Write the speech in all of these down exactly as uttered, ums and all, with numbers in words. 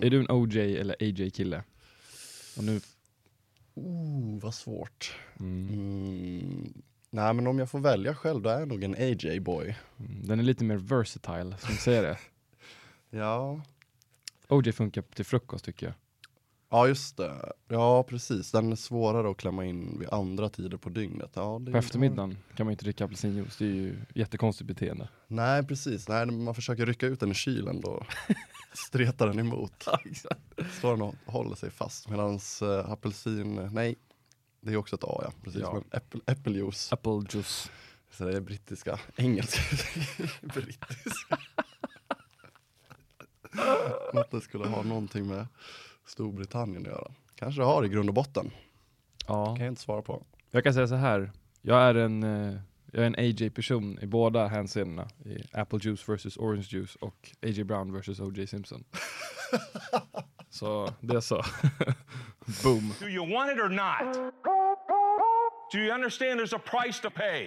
Är du en O J eller A J-kille? Och nu... Oh, vad svårt. Mm. Mm. Nej, men om jag får välja själv, då är jag nog en A J-boy. Mm. Den är lite mer versatile, som säger det. Ja. O J funkar till frukost tycker jag. Ja, just det. Ja, precis. Den är svårare att klämma in vid andra tider på dygnet. Ja, det På eftermiddagen kan man inte dricka apelsinjuice. Det är ju jättekonstigt beteende. Nej, precis. Nej, man försöker rycka ut den i kylen då. Stretar den emot. Ja, exakt. Står den och håller sig fast. Medan uh, apelsin, nej. Det är också ett A, ja. Precis, Ja. men äppel, äppeljuice. Apple juice. Så det är brittiska. Engelska. Brittiska. Att det skulle ha någonting med Storbritannien att göra. Kanske det har i grund och botten. Ja. Kan jag inte svara på. Jag kan säga så här. Jag är en, eh, jag är en A J-person i båda hänseendena. I Apple juice versus orange juice och A J Brown versus O J Simpson. Så det är så. Boom. Do you want it or not? Do you understand there's a price to pay?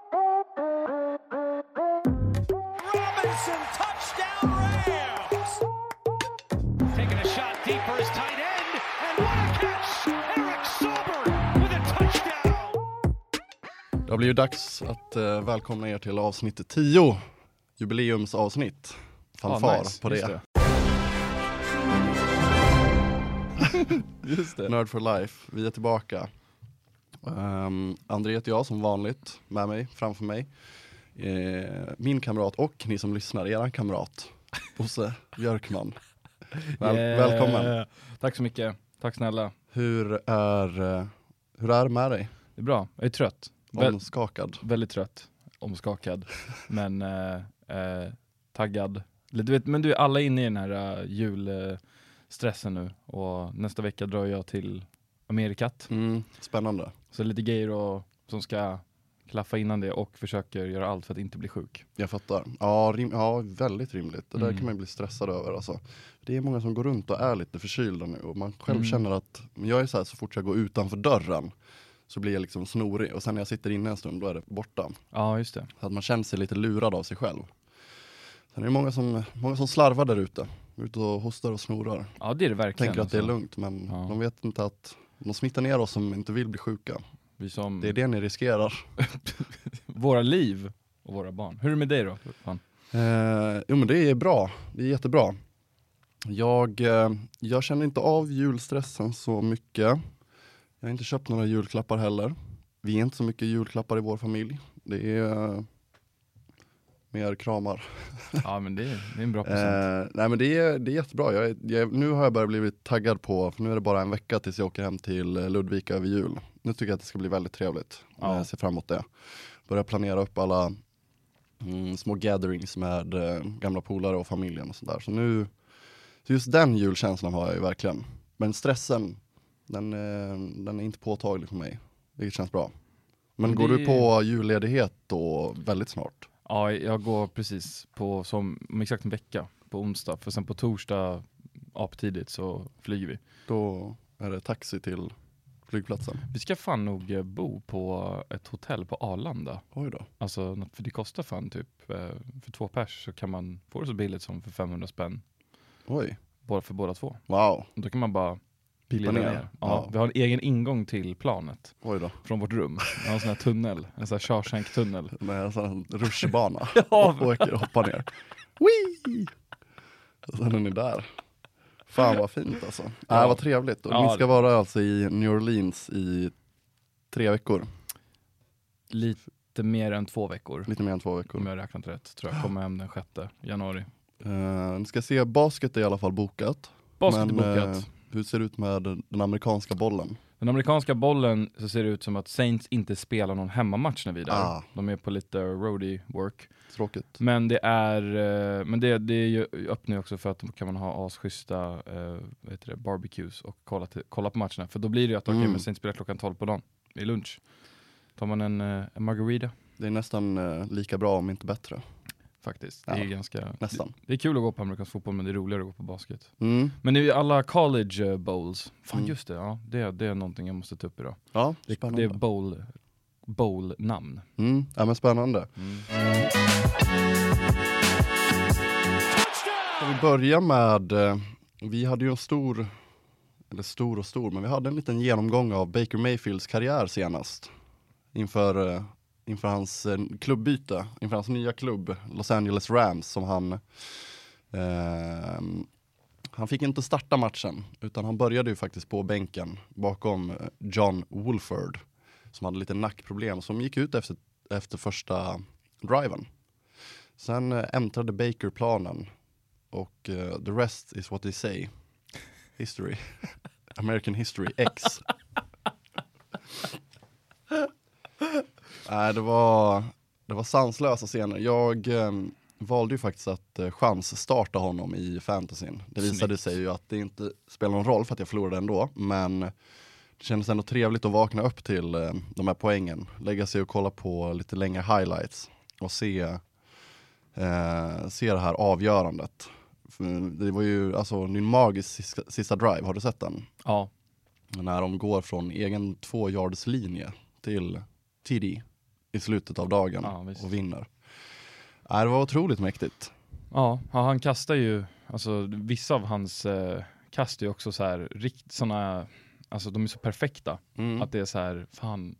Robinson, touchdown Rams! Taking a shot deep for his tight end, and what a catch! Eric Sauber with a touchdown! Det har blivit dags att uh, välkomna er till avsnitt tio. Jubileumsavsnitt. Fanfar Ah, nice. på det. Just det. Just det. Nerd for life. Vi är tillbaka. Um, André heter jag som vanligt med mig, framför mig. Eh, min kamrat och ni som lyssnar, eran kamrat. Bosse Björkman. Väl, Yeah. Välkommen. Tack så mycket. Tack snälla. Hur är, uh, hur är det med dig? Det är bra. Jag är trött. Väl, Omskakad. väldigt trött. Omskakad. Men eh, eh, taggad. Du vet, men du är alla inne i den här uh, julstressen nu. Och nästa vecka drar jag till Amerikat. Mm, spännande. Så lite grejer och, som ska klaffa innan det. Och försöker göra allt för att inte bli sjuk. Jag fattar. Ja, rim, ja väldigt rimligt. Det där Mm. kan man ju bli stressad över. Alltså. Det är många som går runt och är lite förkylda nu. Och man själv Mm. känner att jag är så här, så fort jag går utanför dörren så blir jag liksom snorig. Och sen när jag sitter inne en stund, då är det borta. Ja, just det. Så att man känner sig lite lurad av sig själv. Sen är det många som, många som slarvar där ute. Ute och hostar och snorar. Ja, det är det verkligen. Tänker att det är alltså. lugnt, men Ja. de vet inte att de smittar ner oss som inte vill bli sjuka. Vi som, Det är det ni riskerar. våra liv och våra barn. Hur är det med dig då? Fan. Eh, jo men det är bra, det är jättebra. Jag, eh, jag känner inte av julstressen så mycket. Jag har inte köpt några julklappar heller. Vi är inte så mycket julklappar i vår familj. Det är eh, mer kramar. Ja, men det är, det är en bra present. Eh, nej men det är, det är jättebra. Jag, är- jag, nu har jag bara blivit taggad på, för nu är det bara en vecka tills jag åker hem till eh, Ludvika över jul. Nu tycker jag att det ska bli väldigt trevligt. Ja. Jag ser fram emot det. Börja planera upp alla mm, små gatherings med eh, gamla polare och familjen och sådär. Så nu, så just den julkänslan har jag ju verkligen. Men stressen, den, eh, den är inte påtaglig för mig. Vilket känns bra. Men Men går det- du på julledighet då väldigt snart? Ja, jag går precis på som om exakt en vecka på onsdag. För sen på torsdag aptidigt så flyger vi. Då är det taxi till flygplatsen. Vi ska fan nog eh, bo på ett hotell på Arlanda. Oj då. Alltså, något- för det kostar fan typ, eh, för två pers så kan man få det så billigt som för femhundra spänn. Oj. Bara för båda två. Wow. Då kan man bara Pipa glida ner. ner. Ja, Ja. Vi har en egen ingång till planet Oj då. från vårt rum. Vi har en sån här tunnel, en sån här Shawshank-tunnel. Med en sån här rutschbana. Ja. Och åker och hoppar ner. Whee! Och sen är ni där. Fan vad fint alltså. Ja. Ja. Äh, vad trevligt. Och Ja. ni ska vara alltså i New Orleans i tre veckor. Lite mer än två veckor. Lite mer än två Om veckor. jag räknat rätt. Tror jag kommer hem den sjätte januari. Uh, ni ska se, basket är i alla fall bokat. Basket är Men, bokat. eh, hur ser det ut med den amerikanska bollen? Den amerikanska bollen så ser det ut som att Saints inte spelar någon hemmamatch när vi är där. Ah. De är på lite roadie work. Tråkigt. Men det är eh, men det, det är ju öppnar ju också för att då kan man ha asschyssta eh, vad heter det, barbecues och kolla, till, kolla på matcherna. För då blir det ju att okej, Mm. men Saints spelar klockan tolv på dagen i lunch. Tar man en, eh, en margarita Det är nästan eh, lika bra om inte bättre. faktiskt. Ja, Det är ganska nästan. Det, det är kul att gå på amerikansk fotboll, men det är roligare att gå på basket. Mm. Men det är ju alla college eh, bowls. Fan Mm. just det, ja. Det, det är någonting jag måste ta upp idag. Ja, Det, spännande. det är bowl, bowl-namn. Mm. Ja, men spännande. Ska vi börja med eh, vi hade ju en stor, eller stor och stor, men vi hade en liten genomgång av Baker Mayfields karriär senast. Inför, uh, inför hans uh, klubbyte, inför hans nya klubb, Los Angeles Rams, som han... Uh, han fick inte starta matchen, utan han började ju faktiskt på bänken bakom John Wolford, som hade lite nackproblem, som gick ut efter, efter första driven. Sen uh, äntrade Baker planen, och uh, the rest is what they say. History. American History X. Nej, det var, det var sanslösa scener. Jag... Um, valde ju faktiskt att eh, chans starta honom i fantasyn. Det visade Snyggt. sig ju att det inte spelar någon roll för att jag förlorade ändå. Men det kändes ändå trevligt att vakna upp till eh, de här poängen. Lägga sig och kolla på lite längre highlights. Och se, eh, se det här avgörandet. För det var ju alltså en magisk sista, sista drive. Har du sett den? Ja. När de går från egen två yards linje till T D i slutet av dagen Ja, visst. och vinner. Nej, det var otroligt mäktigt. Ja, han kastar ju, alltså vissa av hans eh, kast är ju också så här, rikt, såna, alltså de är så perfekta. Mm. Att det är så här, fan,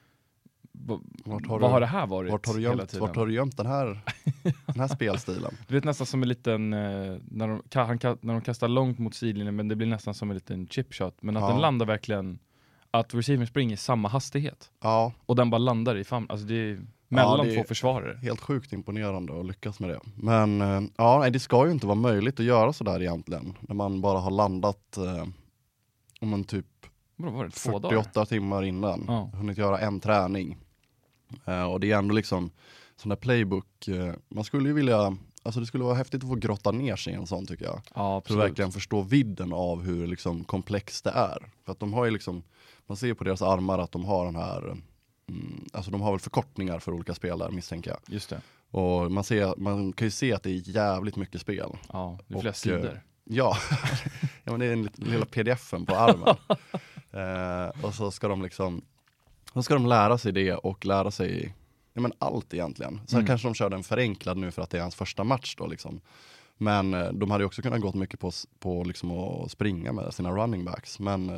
v- Vart har vad du- har det här varit Vart har du hela gömt, tiden? vart har du gömt den här, den här spelstilen? Du vet, nästan som en liten, eh, när, de, ka, han, ka, när de kastar långt mot sidlinjen, men det blir nästan som en liten chipshot. Men att Ja. den landar verkligen, att receiver springer i samma hastighet. Ja, Och den bara landar i famn, alltså det är mellan Ja, det är- två försvarare. helt sjukt imponerande att lyckas med det. Men eh, ja, nej, det ska ju inte vara möjligt att göra så där egentligen. När man bara har landat eh, om en typ Vadå, var det två dagar? fyrtioåtta timmar innan. Ja. Hunnit göra en träning. Eh, och det är ändå liksom sån där playbook. Eh, man skulle ju vilja, alltså det skulle vara häftigt att få grotta ner sig i en sån, tycker jag. Ja, För att absolut. verkligen förstå vidden av hur liksom komplext det är. För att de har ju liksom, man ser på deras armar att de har den här, mm, alltså de har väl förkortningar för olika spel där, misstänker jag. Just det. Och man, ser, man kan ju se att det är jävligt mycket spel. Ja, det är flera Och, sidor. Ja, ja men det är den lilla pdf-en på armen. eh, och så ska de liksom, så ska de lära sig det och lära sig ja, men allt egentligen. Sen Mm. kanske kanske de körde en förenklad nu för att det är hans första match då liksom. Men eh, de hade ju också kunnat gått mycket på, på liksom att springa med sina running backs. Men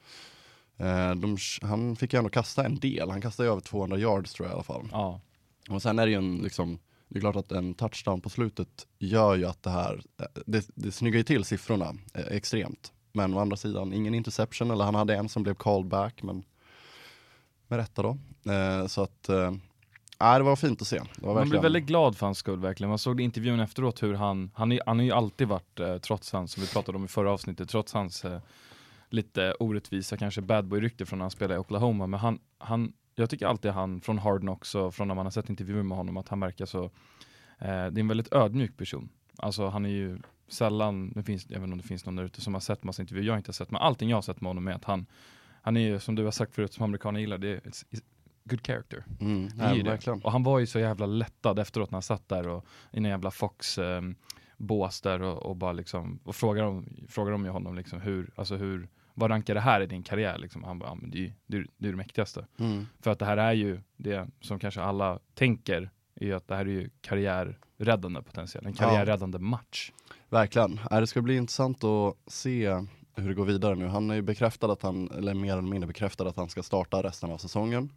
eh, de, han fick ju ändå kasta en del. Han kastade ju över tvåhundra yards tror jag i alla fall. Ja, Och sen är det ju en liksom, det är klart att en touchdown på slutet gör ju att det här, det, det snyggar ju till siffrorna eh, extremt. Men å andra sidan, ingen interception, eller han hade en som blev called back, men med rätta då. Eh, så att, eh, det var fint att se. Det var man verkligen... blir väldigt glad för hans skull verkligen. Man såg intervjun efteråt hur han, han, är, han har ju alltid varit, eh, trots hans, som vi pratade om i förra avsnittet, trots hans eh, lite orättvisa kanske bad boy-rykte från när han spelade i Oklahoma, men han, han jag tycker alltid han från Hard Knocks och från när man har sett intervjuer med honom att han verkar så, eh, det är en väldigt ödmjuk person. Alltså han är ju sällan, det finns, jag vet inte om det finns någon där ute som har sett massa intervjuer, jag har inte sett, men allting jag har sett med honom är att han, han är ju, som du har sagt förut, som amerikaner gillar, det är it's, it's good character. Mm, Det är ju ja, det. verkligen. Och han var ju så jävla lättad efteråt när han satt där och i en jävla Fox eh, bås där och, och bara liksom, och frågade om, frågade om ju honom liksom hur, alltså hur, vad rankar det här i din karriär liksom? Han bara, ja, men det är ju det, är, det, är det mäktigaste. Mm. För att det här är ju det som kanske alla tänker, är ju att det här är ju karriärräddande potential, en karriärräddande match. Verkligen. Äh, det ska bli intressant att se hur det går vidare nu. Han är ju bekräftad att han, eller mer eller mindre bekräftad att han ska starta resten av säsongen.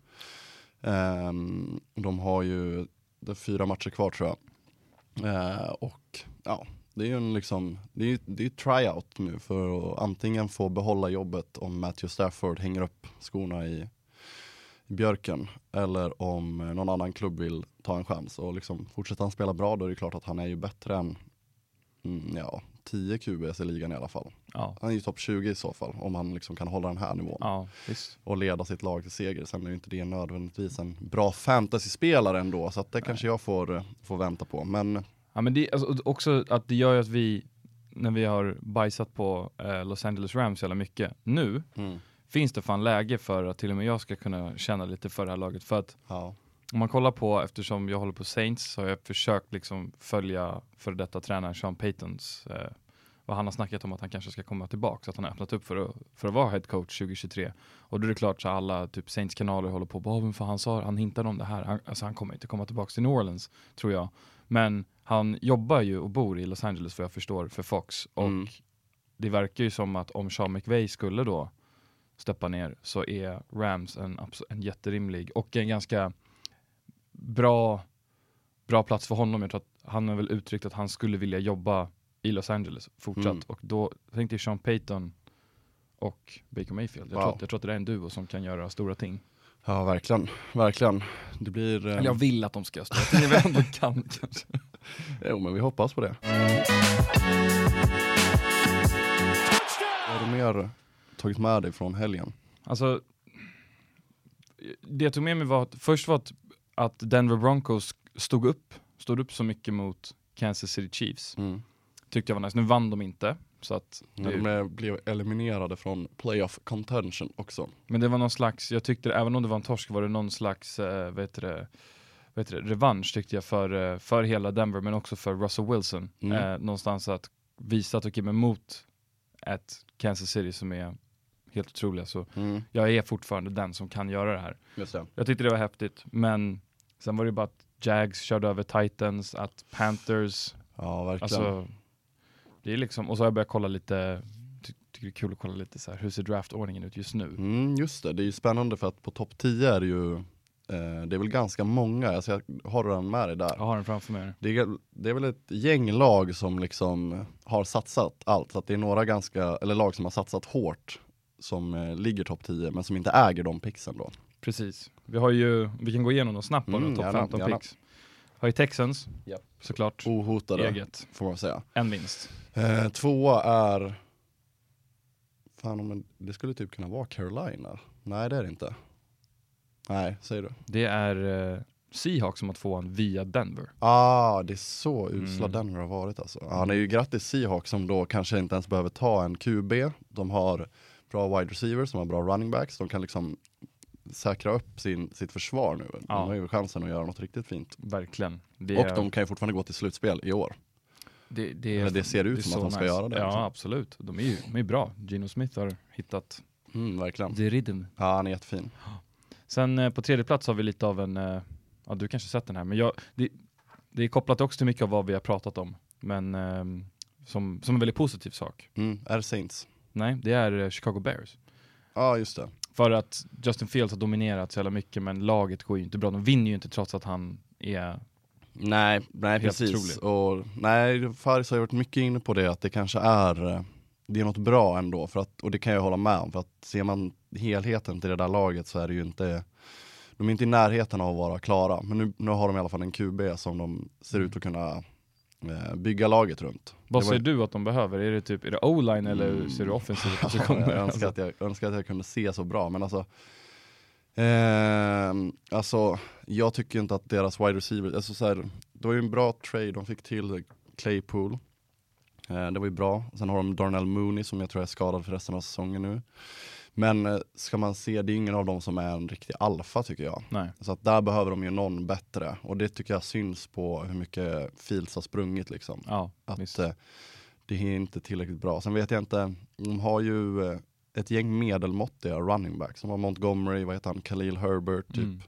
Um, de har ju det är fyra matcher kvar tror jag. Uh, och ja, det är ju en liksom, det är ju det är tryout nu för att antingen få behålla jobbet om Matthew Stafford hänger upp skorna i, i björken, eller om någon annan klubb vill ta en chans och liksom fortsätter han spela bra, då är det klart att han är ju bättre än mm, ja, tio Q Bs i ligan i alla fall. Ja, Han är ju topp tjugo i så fall, om han liksom kan hålla den här nivån ja visst. och leda sitt lag till seger. Sen är ju inte det nödvändigtvis en bra fantasy-spelare ändå, så att det Nej. kanske jag får, eh, får vänta på. Men Ja, men det, alltså, också att det gör ju att vi, när vi har bajsat på eh, Los Angeles Rams jävla mycket, nu mm. finns det fan läge för att till och med jag ska kunna känna lite för det här laget. För att ja. om man kollar på, eftersom jag håller på Saints, så har jag försökt liksom följa för detta tränaren Sean Paytons, eh, och han har snackat om att han kanske ska komma tillbaka, så att han har öppnat upp för att, för att vara head coach tjugo tjugotre. Och då är det klart så alla typ Saints-kanaler håller på, bara, för han sa, han hintade om det här, han, alltså han kommer inte komma tillbaka till New Orleans, tror jag. Men han jobbar ju och bor i Los Angeles, för jag förstår, för Fox. Och Mm. det verkar ju som att om Sean McVay skulle då steppa ner så är Rams en, en jätterimlig och en ganska bra, bra plats för honom. Jag tror att han har väl uttryckt att han skulle vilja jobba i Los Angeles fortsatt. Mm. Och då tänkte jag Sean Payton och Baker Mayfield. Jag, wow. tror, att, jag tror att det är en duo som kan göra stora ting. Ja, verkligen. Verkligen. Det blir... Eh... Eller jag vill att de ska stå. Jag vet inte om de kan kanske. Jo, men vi hoppas på det. Vad har du mer tagit med dig från helgen? Alltså, det jag tog med mig var att först var att, att Denver Broncos stod upp, stod upp så mycket mot Kansas City Chiefs. Mm. Tyckte jag var nice. Nu vann de inte. Så att det... De blev eliminerade från playoff contention också. Men det var någon slags, jag tyckte även om det var en torsk var det någon slags äh, vet det, vet det, revansch tyckte jag för, för hela Denver men också för Russell Wilson. Mm. Äh, någonstans att visa att okej, men mot ett Kansas City som är helt otroliga så mm. jag är fortfarande den som kan göra det här. Just det. Jag tyckte det var häftigt, men sen var det bara att Jags körde över Titans, att Panthers, ja verkligen. Alltså, det är liksom, och så har jag börjat kolla lite, ty- tycker det är kul att kolla lite så här, hur ser draftordningen ut just nu? Mm, just det, det är ju spännande för att på topp tio är det ju, eh, det är väl ganska många, alltså jag har den med dig där. Jag har den framför mig. Det är, det är väl ett gäng lag som liksom har satsat allt, så att det är några ganska, eller lag som har satsat hårt som eh, ligger topp tio men som inte äger de pixen då. Precis, vi har ju, vi kan gå igenom dem snabbt bara, mm, topp gärna, femton gärna. picks. Har ju Texans, yep. såklart. Ohotade, eget. Får man säga. En vinst. Eh, tvåa är... Fan, men det skulle typ kunna vara Carolina. Nej, det är det inte. Nej, säger du. Det är eh, Seahawks som har tvåan via Denver. Ah, det är så usla Mm. Denver har varit alltså. Ja, det är ju grattis Seahawks som då kanske inte ens behöver ta en Q B. De har bra wide receivers, de har bra running backs. De kan liksom säkra upp sin, sitt försvar nu. De ja. har ju chansen att göra något riktigt fint. Verkligen. Det och är... de kan ju fortfarande gå till slutspel i år. Det, det, Eller det ser ut det som att de ska nice. göra det. Ja, liksom. absolut. De är ju de är bra. Geno Smith har hittat Mm, verkligen. the rhythm. Ja, han är jättefin. Sen eh, på tredje plats har vi lite av en, eh, ja du kanske sett den här, men jag, det, det är kopplat också till mycket av vad vi har pratat om. Men eh, som, som en väldigt positiv sak. Mm, är det Saints? Nej, det är eh, Chicago Bears. Ja, just det. För att Justin Fields har dominerat så jävla mycket, men laget går ju inte bra. De vinner ju inte trots att han är... Nej, nej precis. Och, nej, Faris har gjort mycket inne på det, att det kanske är, det är något bra ändå. För att, och det kan jag hålla med om, för att ser man helheten till det där laget så är det ju inte, de är inte i närheten av att vara klara. Men nu, nu har de i alla fall en Q B som de ser ut att kunna eh, bygga laget runt. Vad det säger var... du att de behöver? Är det typ, är det O-line eller Mm. ser du offensiv Ja, positioner? jag, önskar att jag önskar att jag kunde se så bra, men alltså Eh, alltså, jag tycker inte att deras wide receiver, alltså så här, det var ju en bra trade de fick till Claypool. Eh, det var ju bra. Sen har de Darnell Mooney som jag tror är skadad för resten av säsongen nu. Men eh, ska man se, det är ingen av dem som är en riktig alfa tycker jag. Nej. Så att där behöver de ju någon bättre. Och det tycker jag syns på hur mycket Fields har sprungit liksom. Ja, att eh, det är inte tillräckligt bra. Sen vet jag inte, de har ju eh, ett gäng medelmåttiga running backs som har Montgomery, vad heter han, Khalil Herbert typ. Mm.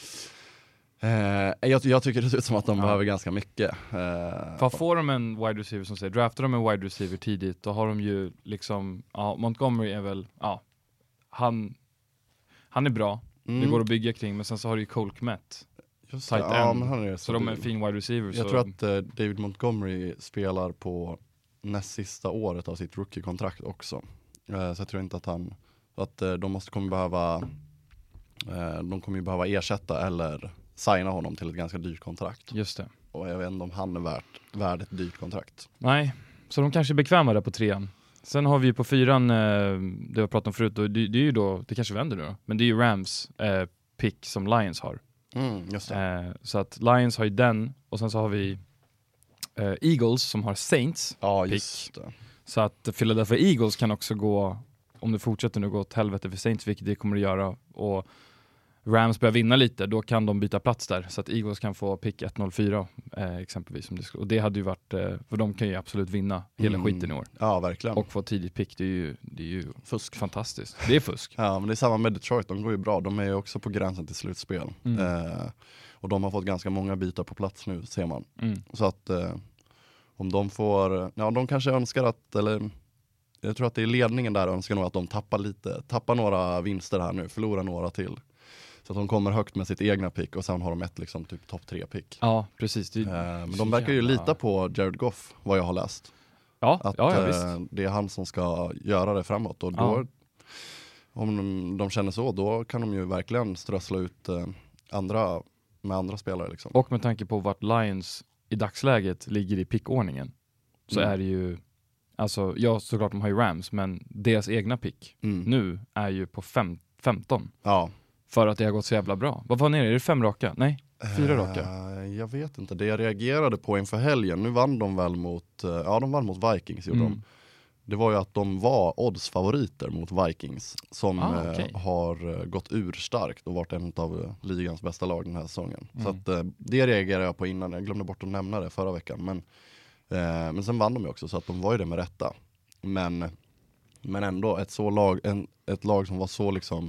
Eh, jag, jag tycker det ser ut som att de ja. behöver ganska mycket. Eh, För får de en wide receiver som säger, draftar de en wide receiver tidigt, då har de ju liksom, ja, Montgomery är väl, ja, han, han är bra. Mm. Det går att bygga kring, men sen så har du ju Cole Kmet. Just det, ja, men han är så, så de är en fin wide receiver. Jag så. tror att uh, David Montgomery spelar på näst sista året av sitt rookie-kontrakt också. Uh, så jag tror inte att han, att uh, de måste kommer behöva, uh, de kommer ju behöva ersätta eller signa honom till ett ganska dyrt kontrakt. Just det. Och jag vet inte om han är värt, värd ett dyrt kontrakt. Nej, så de kanske är bekväma där på trean. Sen har vi på fyran, eh, det vi har pratat om förut, och det, det är ju då, det kanske vänder nu då, men det är ju Rams eh, pick som Lions har. Mm, just det. Eh, så att Lions har ju den, och sen så har vi eh, Eagles som har Saints ja, pick. Just det. Så att Philadelphia Eagles kan också gå, om det fortsätter nu, gå åt helvete för Saints, vilket det kommer att göra, och Rams börjar vinna lite, då kan de byta plats där. Så att Eagles kan få pick ett noll fyra eh, exempelvis. Om det skulle. Och det hade ju varit, eh, för de kan ju absolut vinna hela mm. skiten i år. Ja, verkligen. Och få tidigt pick, det är ju, det är ju fusk. Fantastiskt. Det är fusk. Ja, men det är samma med Detroit, de går ju bra. De är ju också på gränsen till slutspel. Mm. Eh, och de har fått ganska många bitar på plats nu, ser man. Mm. Så att eh, om de får, ja de kanske önskar att, eller jag tror att det är ledningen där önskar nog att de tappar lite, tappar några vinster här nu, förlorar några till. Så att de kommer högt med sitt egna pick och sen har de ett liksom typ topp tre pick. Ja, precis. Det eh, men de verkar ju jävla... lita på Jared Goff, vad jag har läst. Ja, att ja, ja, eh, visst. det är han som ska göra det framåt. Och då, ja. om de, de känner så, då kan de ju verkligen strössla ut eh, andra med andra spelare. Liksom. Och med tanke på vart Lions i dagsläget ligger i pickordningen så mm. är det ju, alltså ja såklart de har ju Rams, men deras egna pick mm. nu är ju på fem, femton. Ja. För att det har gått så jävla bra. Vad var nere? Är det fem raka? Nej, fyra uh, raka. Jag vet inte. Det jag reagerade på inför helgen, nu vann de väl mot, uh, ja de vann mot Vikings gjorde mm. de. Det var ju att de var oddsfavoriter mot Vikings som ah, okay. uh, har uh, gått ur starkt och varit en av uh, ligans bästa lag den här säsongen. Mm. Så att, uh, det reagerade jag på innan. Jag glömde bort att nämna det förra veckan. Men, uh, men sen vann de ju också så att de var ju det med rätta. Men, men ändå ett, så lag, en, ett lag som var så liksom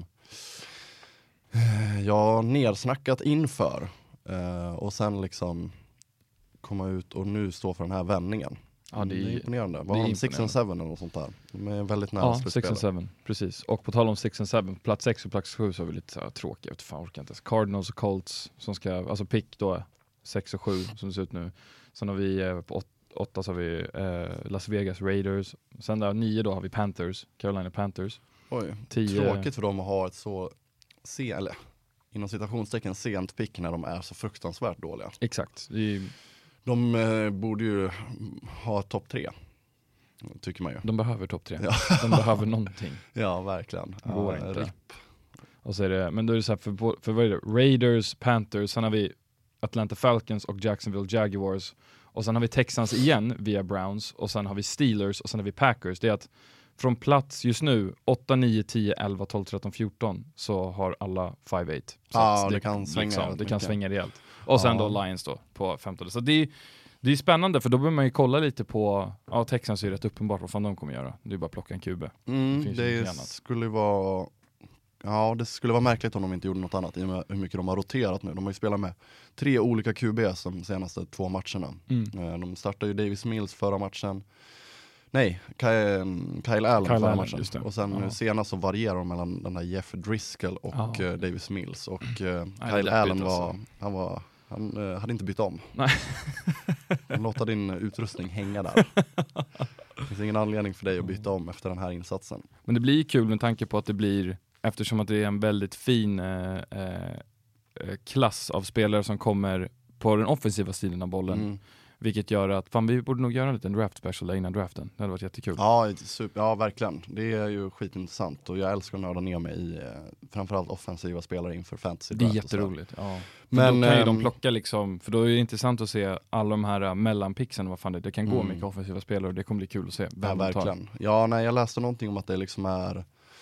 uh, ja, nersnackat inför. Uh, och sen liksom komma ut och nu stå för den här vändningen. Ja, det är, det är imponerande. Var det är de sex and seven eller något sånt där? De är väldigt nära ja, slutspel. sex and seven, precis. Och på tal om sex and seven, plats sex och plats sju så är vi lite så här tråkiga. Jag fan orkar inte. Cardinals och Colts som ska, alltså pick då sex och sju som det ser ut nu. Sen har vi eh, på åtta så har vi eh, Las Vegas Raiders. Sen där nio då har vi Panthers, Carolina Panthers. Oj, tio tråkigt för dem att ha ett så se, eller inom citationstecken sent pick när de är så fruktansvärt dåliga. Exakt. Det är, de eh, borde ju ha topp tre. Tycker man ju. De behöver topp tre. Ja. De behöver någonting. Ja, verkligen. Går ja, inte. Rip. Och så är det, men då är det så här för, för vad är det? Raiders, Panthers, sen har vi Atlanta Falcons och Jacksonville Jaguars. Och sen har vi Texans igen via Browns. Och sen har vi Steelers och sen har vi Packers. Det är att från plats just nu åtta, nio, tio, elva, tolv, tretton, fjorton så har alla fem åtta. Så Ja, att det kan svänga liksom, rätt det kan mycket. svänga rejält. Och sen Ja. då Lions då på femton. Så det är, det är spännande för då behöver man ju kolla lite på, ja Texans är ju rätt uppenbart vad fan de kommer göra. Det är bara att plocka en kube. Mm, Det finns ju det ingenting annat. skulle vara ja, det skulle vara märkligt om de inte gjorde något annat i och med hur mycket de har roterat nu. De har ju spelat med tre olika Q B de senaste två matcherna. Mm. Eh, De startade ju Davis Mills förra matchen. Nej, Kyle, Kyle Allen Kyle förra Allen, matchen. just det. Och sen Ja. nu senast så varierar de mellan den där Jeff Driscoll och Ja. eh, Davis Mills. Och eh, Nej, Kyle det är Allen deppigt, var, alltså. han var han eh, hade inte bytt om. Nej. Låta din utrustning hänga där. Det finns ingen anledning för dig att byta om efter den här insatsen. Men det blir kul med tanke på att det blir, eftersom att det är en väldigt fin eh, eh, klass av spelare som kommer på den offensiva sidan av bollen. Mm. Vilket gör att, fan vi borde nog göra en liten draft special innan draften. Det hade varit jättekul. Ja, super, ja, verkligen. Det är ju skitintressant och jag älskar att nörda ner mig i eh, framförallt offensiva spelare inför fantasy. Det är draft och så. jätteroligt. Ja. För Men, då kan ju ehm, de plocka liksom, för då är det intressant att se alla de här uh, mellanpixen, vad fan det, det kan gå Mm. mycket offensiva spelare och det kommer bli kul att se Ja, vem de tar. verkligen. Ja, nej, jag läste någonting om att det liksom är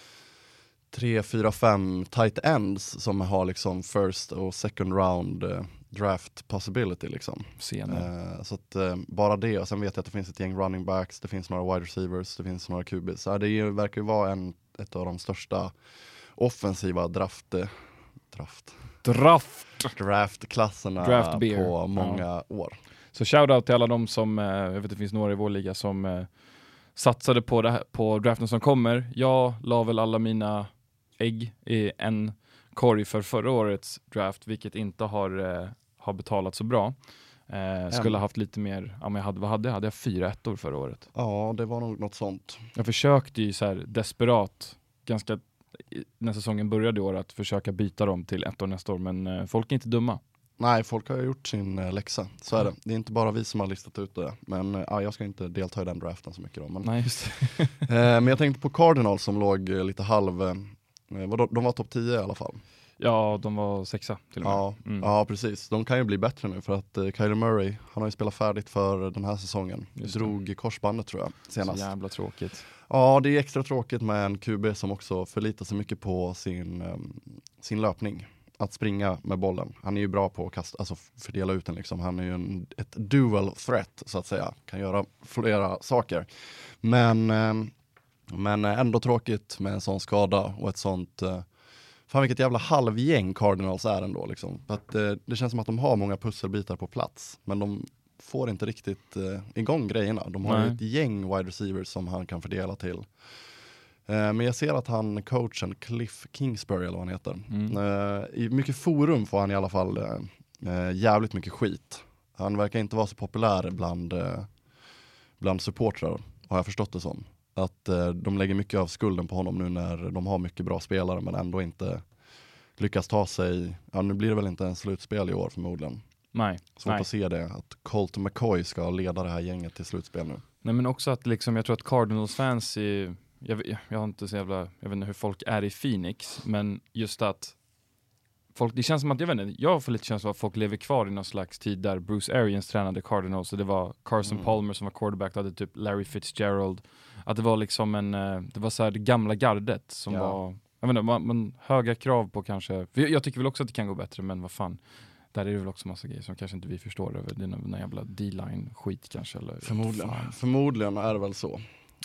tre, fyra, fem tight ends som har liksom first och second round eh, draft possibility liksom. Senare. Eh, så att eh, bara det, och sen vet jag att det finns ett gäng running backs, det finns några wide receivers, det finns några Q Bs. Så det är ju, verkar ju vara en, ett av de största offensiva draft, eh, draft, Draft! draftklasserna Draft beer. på många år. Så shoutout till alla de som, eh, jag vet att det finns några i vår liga som eh, satsade på, det här, på draften som kommer. Jag la väl alla mina ägg i en korg för förra årets draft, vilket inte har, eh, har betalat så bra. Eh, skulle ha haft lite mer, ja men jag hade, vad hade jag? Hade jag fyra ettor förra året? Ja, det var nog något sånt. Jag försökte ju så här desperat, ganska när säsongen började i år, att försöka byta dem till ettor nästa år, men eh, folk är inte dumma. Nej, folk har gjort sin eh, läxa. Så är det. Det är inte bara vi som har listat ut det. Men eh, ja, jag ska inte delta i den draften så mycket då. Men, Nej, just eh, men jag tänkte på Cardinals som låg eh, lite halv... Eh, vadå, de var topp tio i alla fall. Ja, de var sexa till och med. Ja, Mm. ja, precis. De kan ju bli bättre nu för att eh, Kyler Murray, han har ju spelat färdigt för den här säsongen. Just det. Drog i korsbandet tror jag senast. Så jävla tråkigt. Ja, det är extra tråkigt med en Q B som också förlitar sig mycket på sin, um, sin löpning. Att springa med bollen. Han är ju bra på att kasta, alltså fördela ut den liksom. Han är ju en, ett dual threat så att säga. Kan göra flera saker. Men, um, men ändå tråkigt med en sån skada och ett sånt... Uh, fan vilket jävla halvgäng Cardinals är ändå liksom. För att, uh, det känns som att de har många pusselbitar på plats. Men de får inte riktigt uh, igång grejerna. De har Nej. ju ett gäng wide receivers som han kan fördela till. Uh, men jag ser att han, coachen Cliff Kingsbury eller vad han heter. Mm. Uh, I mycket forum får han i alla fall uh, uh, jävligt mycket skit. Han verkar inte vara så populär bland, uh, bland supportrar, har jag förstått det som. Att uh, de lägger mycket av skulden på honom nu när de har mycket bra spelare men ändå inte lyckas ta sig, ja nu blir det väl inte en slutspel i år förmodligen. Nej. Svårt Nej. att se det, att Colt McCoy ska leda det här gänget till slutspel nu. Nej, men också att liksom, jag tror att Cardinals fans i, jag, jag har inte så jävla, jag vet inte hur folk är i Phoenix, men just att folk, det känns som att, jag vet inte, jag får lite känsla av att folk lever kvar i någon slags tid där Bruce Arians tränade Cardinals, och det var Carson Mm. Palmer som var quarterback, det hade typ Larry Fitzgerald, att det var liksom en, eh, det var så här det gamla gardet som Ja. var, jag vet inte, man, man, höga krav på kanske, för jag, jag tycker väl också att det kan gå bättre, men vad fan, där är det väl också massa grejer som kanske inte vi förstår över, det är någon jävla D-line skit kanske, eller Förmodligen, fan. förmodligen är det väl så.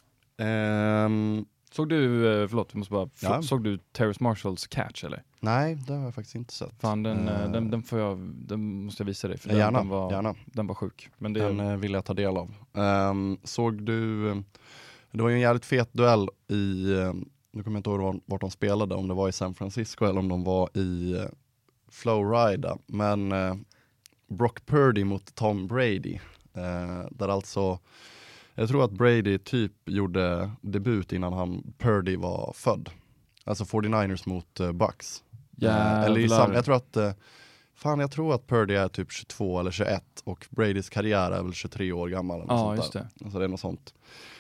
Ehm, Såg du, eh, förlåt, vi måste bara, Ja. såg du Terrace Marshalls catch eller? nej, det har jag faktiskt inte sett. Fan, den, eh, Eh, den, den får jag, den måste jag visa dig, för den, gärna, den, var, gärna. den var sjuk. Men det, Den eh, vill jag ta del av. Ehm, såg du, eh, det var ju en jävligt fet duell i, eh, nu kommer jag inte ihåg var- vart de spelade, om det var i San Francisco eller om de var i eh, Florida. Men eh, Brock Purdy mot Tom Brady. Eh, där alltså, jag tror att Brady typ gjorde debut innan han, Purdy var född. Alltså fyrtionioers mot eh, Bucks. Eh, eller i Jävlar. sam, jag tror att eh, fan jag tror att Purdy är typ tjugotvå eller tjugoett och Bradys karriär är väl tjugotre år gammal eller Ja, sånt just där. det. Alltså det är något sånt.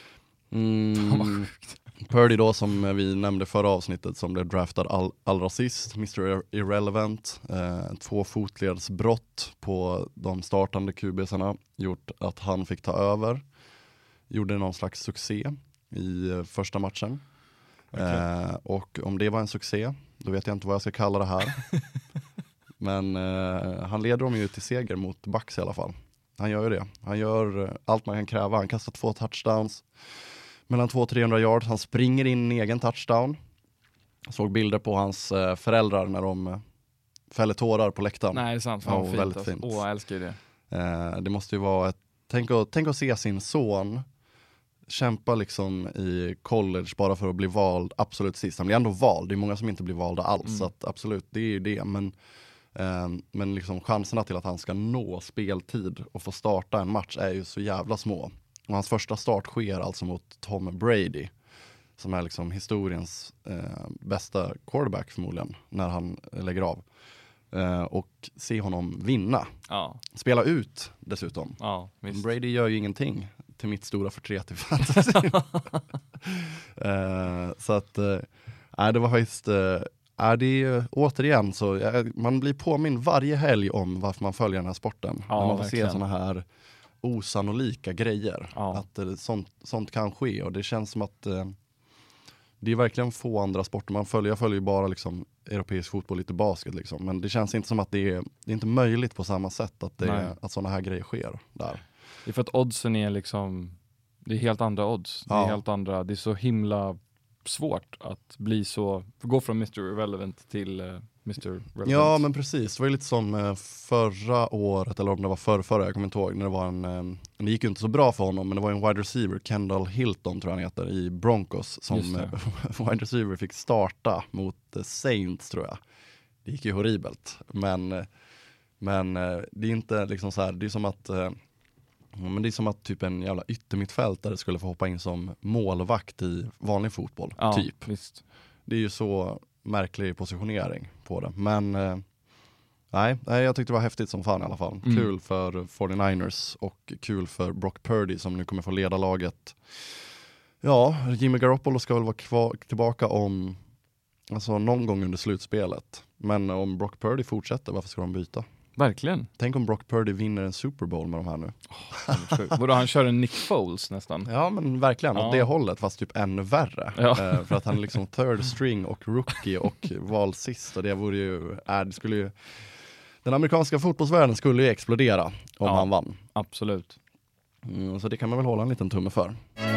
Fan vad Mm, sjukt. Purdy då, som vi nämnde förra avsnittet, som blev draftad all, allra sist, mister Irrelevant, eh, två fotledsbrott på de startande Q B-sarna gjort att han fick ta över. Gjorde någon slags succé i eh, första matchen. Eh, och om det var en succé, då vet jag inte vad jag ska kalla det här. Men eh, han leder dem ju till seger mot Bucks i alla fall. Han gör ju det. Han gör eh, allt man kan kräva. Han kastar två touchdowns. Mellan två till trehundra yards. Han springer in en egen touchdown. Jag såg bilder på hans eh, föräldrar när de eh, fäller tårar på läktaren. Nej, det är sant. Fan, Ja, vad fint, väldigt alltså. fint. Åh, jag älskar ju det. Eh, det måste ju vara ett... Tänk att, tänk att se sin son kämpa liksom i college bara för att bli vald absolut sist. Han blir ändå vald. Det är många som inte blir valda alls. Mm. Så att absolut, det är ju det. Men, eh, men liksom chanserna till att han ska nå speltid och få starta en match är ju så jävla små. Och hans första start sker alltså mot Tom Brady, som är liksom historiens eh, bästa quarterback förmodligen, när han eh, lägger av. Eh, och se honom vinna. Ja, Spela ut dessutom. ja, visst. Brady gör ju ingenting till mitt stora förtret i fantasy. uh, så att, uh, nej, det var faktiskt, uh, är det uh, återigen så, uh, man blir påminn varje helg om varför man följer den här sporten. Ja, när man får verkligen. se såna här osannolika grejer. Ja. Att uh, sånt, sånt kan ske, och det känns som att uh, det är verkligen få andra sporter. Man följer, jag följer ju bara liksom europeisk fotboll, lite basket liksom. Men det känns inte som att det är, det är inte möjligt på samma sätt att, det Nej. är, att sådana här grejer sker där. Det är för att oddsen är liksom, det är helt andra odds. Det är Ja. helt andra, det är så himla svårt att bli så, gå från mister Irrelevant till uh, mister Relevant. Ja, men precis. Det var ju lite som eh, förra året, eller om det var förra, förra jag kommer inte ihåg, när det var en, eh, det gick ju inte så bra för honom, men det var en wide receiver, Kendall Hilton tror jag han heter, i Broncos, som Just det. eh, wide receiver fick starta mot eh, Saints tror jag. Det gick ju horribelt, men, eh, men eh, det är inte liksom så här, det är som att eh, men det är som att typ en jävla yttermittfältare skulle få hoppa in som målvakt i vanlig fotboll, Ja, typ. visst. Det är ju så märklig positionering på det. Men eh, nej, nej, jag tyckte det var häftigt som fan i alla fall. Mm. Kul för fyrtionioers och kul för Brock Purdy som nu kommer få leda laget. Ja, Jimmy Garoppolo ska väl vara kvar, tillbaka om alltså någon gång under slutspelet. Men om Brock Purdy fortsätter, varför ska de byta? Verkligen. Tänk om Brock Purdy vinner en Super Bowl med de här nu. Vadå, han kör en Nick Foles nästan? Ja, men verkligen åt Ja. det hållet, fast typ ännu värre. Ja. Eh, för att han är liksom third string och rookie och val sist. Och det vore ju, äh, det skulle ju, den amerikanska fotbollsvärlden skulle ju explodera om Ja. han vann. Absolut. Mm, så det kan man väl hålla en liten tumme för.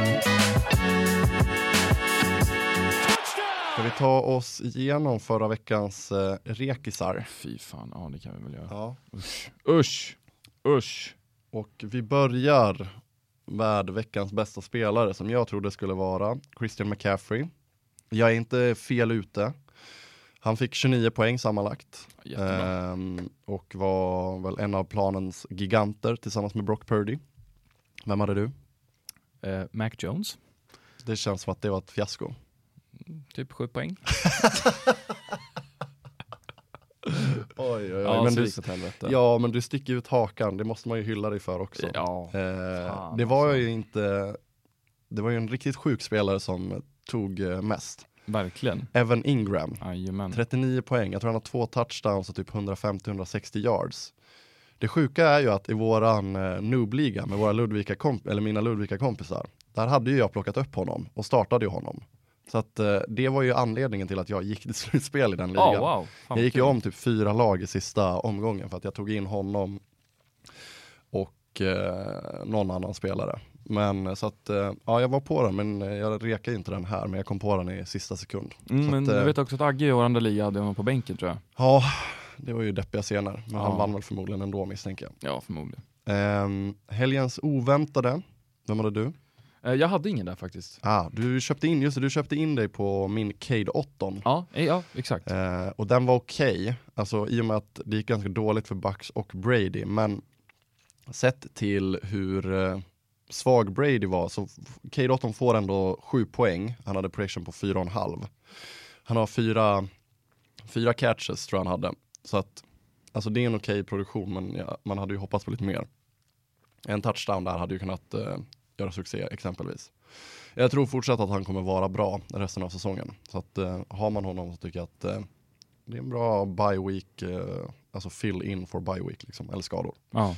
Ska vi ta oss igenom förra veckans eh, rekisar? Fy fan, ja det kan vi väl göra. Ja. Usch, usch, usch. och vi börjar med veckans bästa spelare som jag trodde skulle vara Christian McCaffrey. Jag är inte fel ute. Han fick tjugonio poäng sammanlagt. Ehm, och var väl en av planens giganter tillsammans med Brock Purdy. Vem hade du? Uh, Mac Jones. Det känns som att det var ett fiasko. Typ sju poäng. Oj, oj, oj. Ja, men så du, gick det åt helvete. ja, men du sticker ut hakan. Det måste man ju hylla dig för också. Ja. Eh, Fan, det var alltså. ju inte... Det var ju en riktigt sjuk spelare som tog eh, mest. Verkligen. Evan Ingram. Jajamän. trettionio poäng. Jag tror han har två touchdowns och typ hundrafemtio till hundrasextio yards. Det sjuka är ju att i våran eh, noobliga med våra Ludvika komp- eller mina Ludvika kompisar, där hade ju jag plockat upp honom och startade ju honom. Så att eh, det var ju anledningen till att jag gick till slutspel i den ligan. Oh, wow. Fan, jag gick ju kul. om typ fyra lag i sista omgången för att jag tog in honom och eh, någon annan spelare. Men så att, eh, ja jag var på den men jag rekade inte den här men jag kom på den i sista sekund. Mm, så men att, jag eh, vet också att Agge i vår andra liga hade honom på bänken tror jag. Ja, det var ju deppiga scener. Men Ja. han vann väl förmodligen ändå misstänker jag. Ja, förmodligen. Um, helgens oväntade. Vem hade du? Eh, jag hade ingen där faktiskt. Ah, du köpte in, just det, du köpte in dig på min Cade åtta. Ja, eh, ja exakt. Uh, och den var okej. Okay. Alltså i och med att det gick ganska dåligt för Bucks och Brady. Men sett till hur uh, svag Brady var så Cade åtta får ändå sju poäng. Han hade prediction på fyra och en halv. Han har fyra, fyra catches tror jag han hade. Så att alltså det är en okej produktion men ja, man hade ju hoppats på lite mer. En touchdown där hade ju kunnat uh, göra succé exempelvis. Jag tror fortsatt att han kommer vara bra resten av säsongen. Så att uh, har man honom så tycker jag att uh, det är en bra bye week, uh, alltså fill in for bye week liksom, eller skador. Ja.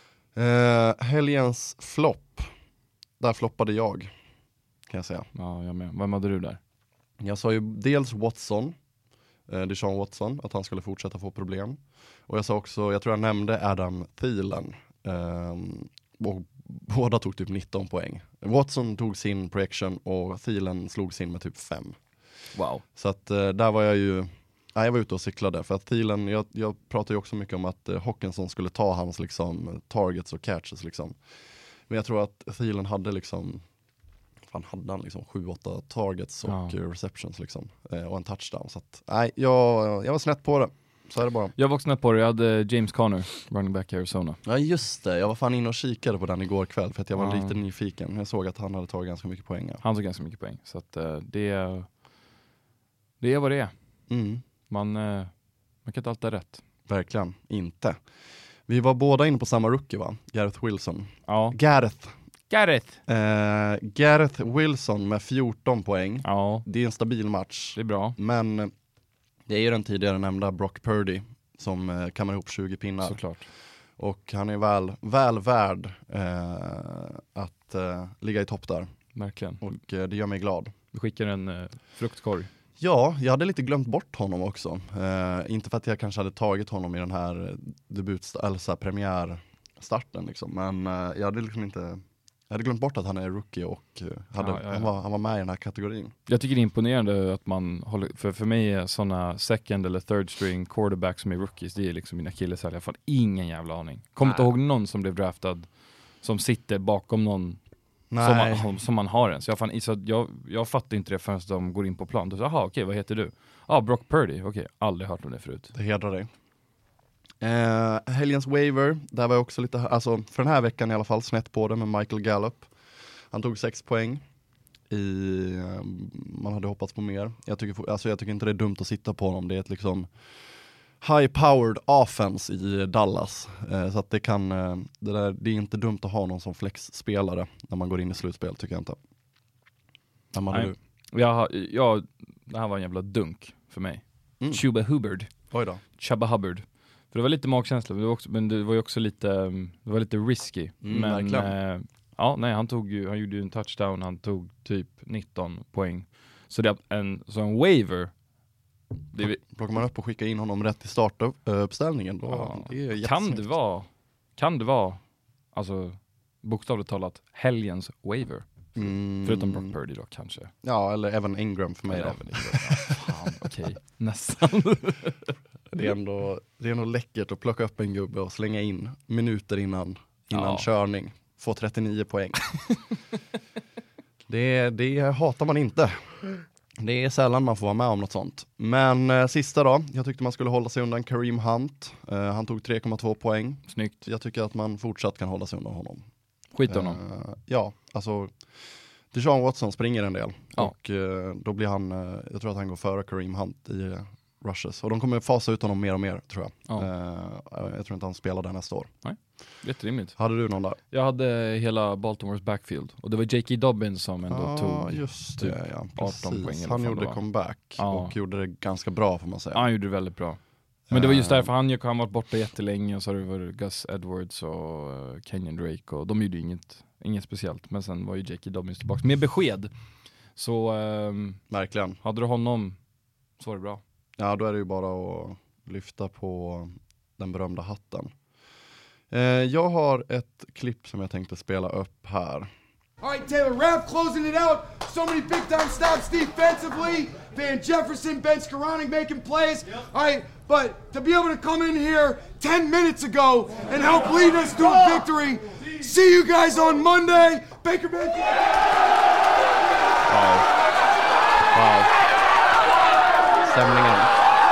Uh, helgens flopp. Där floppade jag kan jag säga. Ja, jag med. Vem hade du där? Jag sa ju dels Watson, uh, Deshaun Watson, att han skulle fortsätta få problem. Och jag sa också, jag tror jag nämnde Adam Thielen. Um, och båda tog typ nitton poäng. Watson tog sin projection och Thielen slog sin med typ fem. Wow. Så att uh, där var jag ju, nej, jag var ute och cyklade. För att Thielen, jag, jag pratade ju också mycket om att uh, Hawkinson skulle ta hans liksom targets och catches liksom. Men jag tror att Thielen hade liksom, fan hade han liksom sju åtta targets och Ja. uh, receptions liksom. Uh, och en touchdown. Så att nej, jag, jag var snett på det. Så är det bara. Jag var också snett på det. Jag hade James Conner, running back i Arizona. Ja just det, jag var fan inne och kikade på den igår kväll för att jag var Ja. lite nyfiken. Jag såg att han hade tagit ganska mycket poäng. Ja. Han tog ganska mycket poäng. Så att uh, det, det är vad det är. Mm, Man, uh, man kan inte alltid ha rätt. verkligen, inte. Vi var båda inne på samma rookie va? Gareth Wilson. Ja. Gareth. Gareth! Eh, Gareth Wilson med fjorton poäng. Ja, Det är en stabil match. det är bra. Men det är ju den tidigare nämnda Brock Purdy som eh, kammar ihop tjugo pinnar. Såklart. Och han är väl, väl värd eh, att eh, ligga i topp där. Verkligen. Och eh, det gör mig glad. Vi skickar en uh, fruktkorg. Ja, jag hade lite glömt bort honom också. Eh, inte för att jag kanske hade tagit honom i den här debut, eller så här premiärstarten liksom. Men eh, jag hade liksom inte... Jag hade glömt bort att han är rookie och uh, hade, Ja, ja, ja. Han, var, han var med i den här kategorin. Jag tycker det är imponerande att man håller, för för mig är sådana second eller third string quarterback som är rookies, det är liksom mina killes här. Jag har ingen jävla aning. Kommer inte ihåg någon som blev draftad som sitter bakom någon som Nej, man, som man har en. Så jag, fan, så jag, jag fattar inte det förrän de går in på plan. Då säger jaha, okej, vad heter du? Ja, ah, Brock Purdy. Okej, aldrig hört om det förut. det hedrar dig. Eh, helgens waiver, där var jag också lite, alltså för den här veckan i alla fall, snett på det med Michael Gallup. Han tog sex poäng. I, eh, man hade hoppats på mer. Jag tycker, alltså jag tycker inte det är dumt att sitta på honom. Det är ett liksom high-powered offense i Dallas. Eh, så att det kan, eh, det, där, det är inte dumt att ha någon som flexspelare när man går in i slutspel, tycker jag inte. Vem hade Nej. du? Jag, jag, det här var en jävla dunk för mig. Mm. Chuba Hubbard. Oj då. Chubba Hubbard. För det var lite magkänsla, men det var, också, men det var ju också lite, um, det var lite risky. Mm, men verkligen. eh, ja, nej, han tog ju, han gjorde ju en touchdown, han tog typ nitton poäng. Så det är en, så en waiver. Det är, Plockar man upp och skickar in honom rätt i startuppställningen då Ja. det är kan jättesnyggt. det vara, kan det vara, alltså bokstavligt talat, helgens waiver? Mm. Förutom Brock Purdy då, kanske. Ja, eller Evan Ingram för mig Eller då. även inte. Ja, fan, okej. Nästan. Det är, ändå, det är ändå läckert att plocka upp en gubbe och slänga in minuter innan innan Ja. körning. Få trettionio poäng. det, det hatar man inte. Det är sällan man får vara med om något sånt. Men eh, sista då, jag tyckte man skulle hålla sig undan Kareem Hunt. Eh, han tog tre komma två poäng. Snyggt. Jag tycker att man fortsatt kan hålla sig undan honom. Skit honom. Eh, ja, alltså Deshaun Watson springer en del. Ja. Och eh, då blir han, eh, jag tror att han går före Kareem Hunt i eh, rushes. Och de kommer fasa ut honom mer och mer, tror jag. Ja. Eh, jag tror inte han spelar där nästa år. Jätterimligt. Hade du någon där? Jag hade hela Baltimores backfield. Och det var J K. Dobbins som ändå Ja, tog... just typ det. Ja, arton precis. poäng eller vad Han fan gjorde det var. comeback Ja. och gjorde det ganska bra, får man säga. Ja, han gjorde det väldigt bra. Men det var just Eh, därför han gick, han varit borta jättelänge, och så har det varit Gus Edwards och uh, Kenyon Drake, och de gjorde inget, inget speciellt. Men sen var ju J K. Dobbins tillbaka med besked. Så um, Verkligen. hade du honom så var det bra. Ja, då är det ju bara att lyfta på den berömda hatten. Eh, jag har ett klipp som jag tänkte spela upp här. All right, Taylor Rapp closing it out. So many big time stops defensively. Van Jefferson, Ben Skoranek making plays. All right, but to be able to come in here ten minutes ago and help lead us to a victory. See you guys on Monday. Baker Mayfield. Wow. Wow. Stämningen.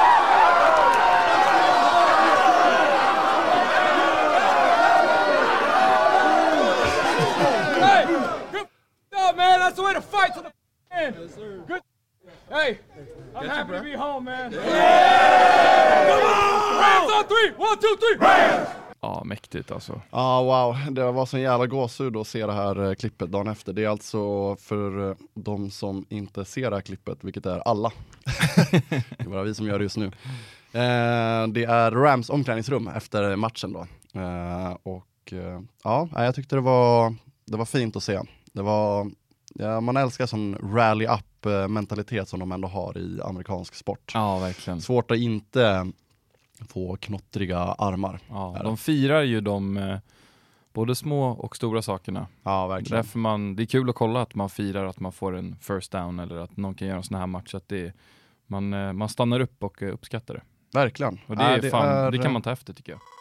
Hey, good job, man. That's the way to fight to the end. Good. Hey, I'm happy to be home, man. Come on! Rams on three. One, two, three. Rams! Ja, mäktigt alltså. Ja, wow. Det var så en jävla gåshud att se det här eh, klippet dagen efter. Det är alltså för eh, de som inte ser det här klippet, vilket är alla. Det är bara vi som gör det just nu. Eh, det är Rams omklädningsrum efter matchen då. Eh, och eh, ja, jag tyckte det var, det var fint att se. Det var, ja, man älskar sån rally-up eh, mentalitet som de ändå har i amerikansk sport. Ja, verkligen. Svårt att inte få knottriga armar. Ja, de firar ju de eh, både små och stora sakerna. Ja, Det är verkligen. därför man, det är kul att kolla att man firar att man får en first down, eller att någon kan göra en sån här match, att det är, man, eh, man stannar upp och eh, uppskattar det. Verkligen. Och det, Ja, är fan, är- det kan man ta efter, tycker jag.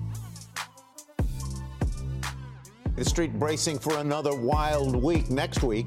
The street bracing for another wild week next week.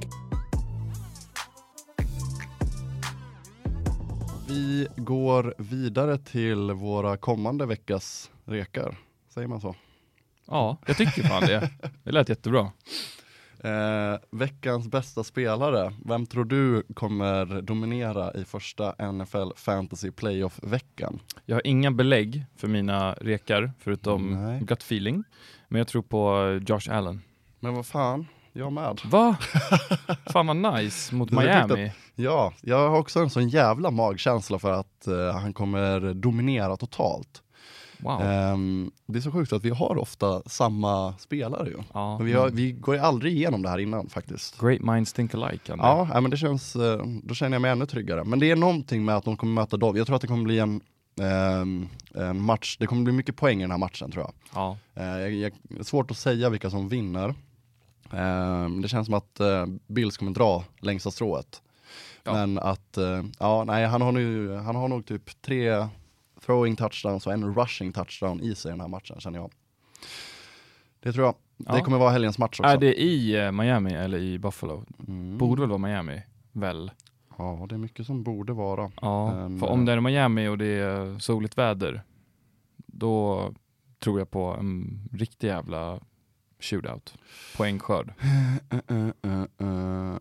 Vi går vidare till våra kommande veckas rekar. Säger man så? Ja, jag tycker fan det. Det lät jättebra. Eh, veckans bästa spelare. Vem tror du kommer dominera i första N F L Fantasy Playoff-veckan? Jag har inga belägg för mina rekar, förutom Nej. gut feeling. Men jag tror på Josh Allen. Men vad fan, jag med. Va? Fan vad nice mot Du har tyckt Miami. Ja, jag har också en sån jävla magkänsla för att eh, han kommer dominera totalt. Wow. Ehm, det är så sjukt att vi har ofta samma spelare ju. Ja, Men vi, har, mm. vi går ju aldrig igenom det här innan faktiskt. Great minds think alike. André. Ja, nej, men det känns, eh, då känner jag mig ännu tryggare. Men det är någonting med att de kommer möta Dov. Jag tror att det kommer bli en, ehm, en match, det kommer bli mycket poäng i den här matchen, tror jag. Ja. Eh, jag, jag det är svårt att säga vilka som vinner. Ehm, det känns som att eh, Bills kommer dra längsta strået. Ja. Men att, eh, ja, nej, han har, nu, han har nog typ tre throwing touchdowns och en rushing touchdown i sig i den här matchen, känner jag. Det tror jag. Ja. Det kommer vara helgens match också. Är det i eh, Miami eller i Buffalo? Mm. Borde väl vara Miami, väl? Ja, det är mycket som borde vara. Ja, Men, för om det är Miami och det är soligt väder, då tror jag på en riktig jävla shootout. Poängskörd. Uh, uh, uh, uh.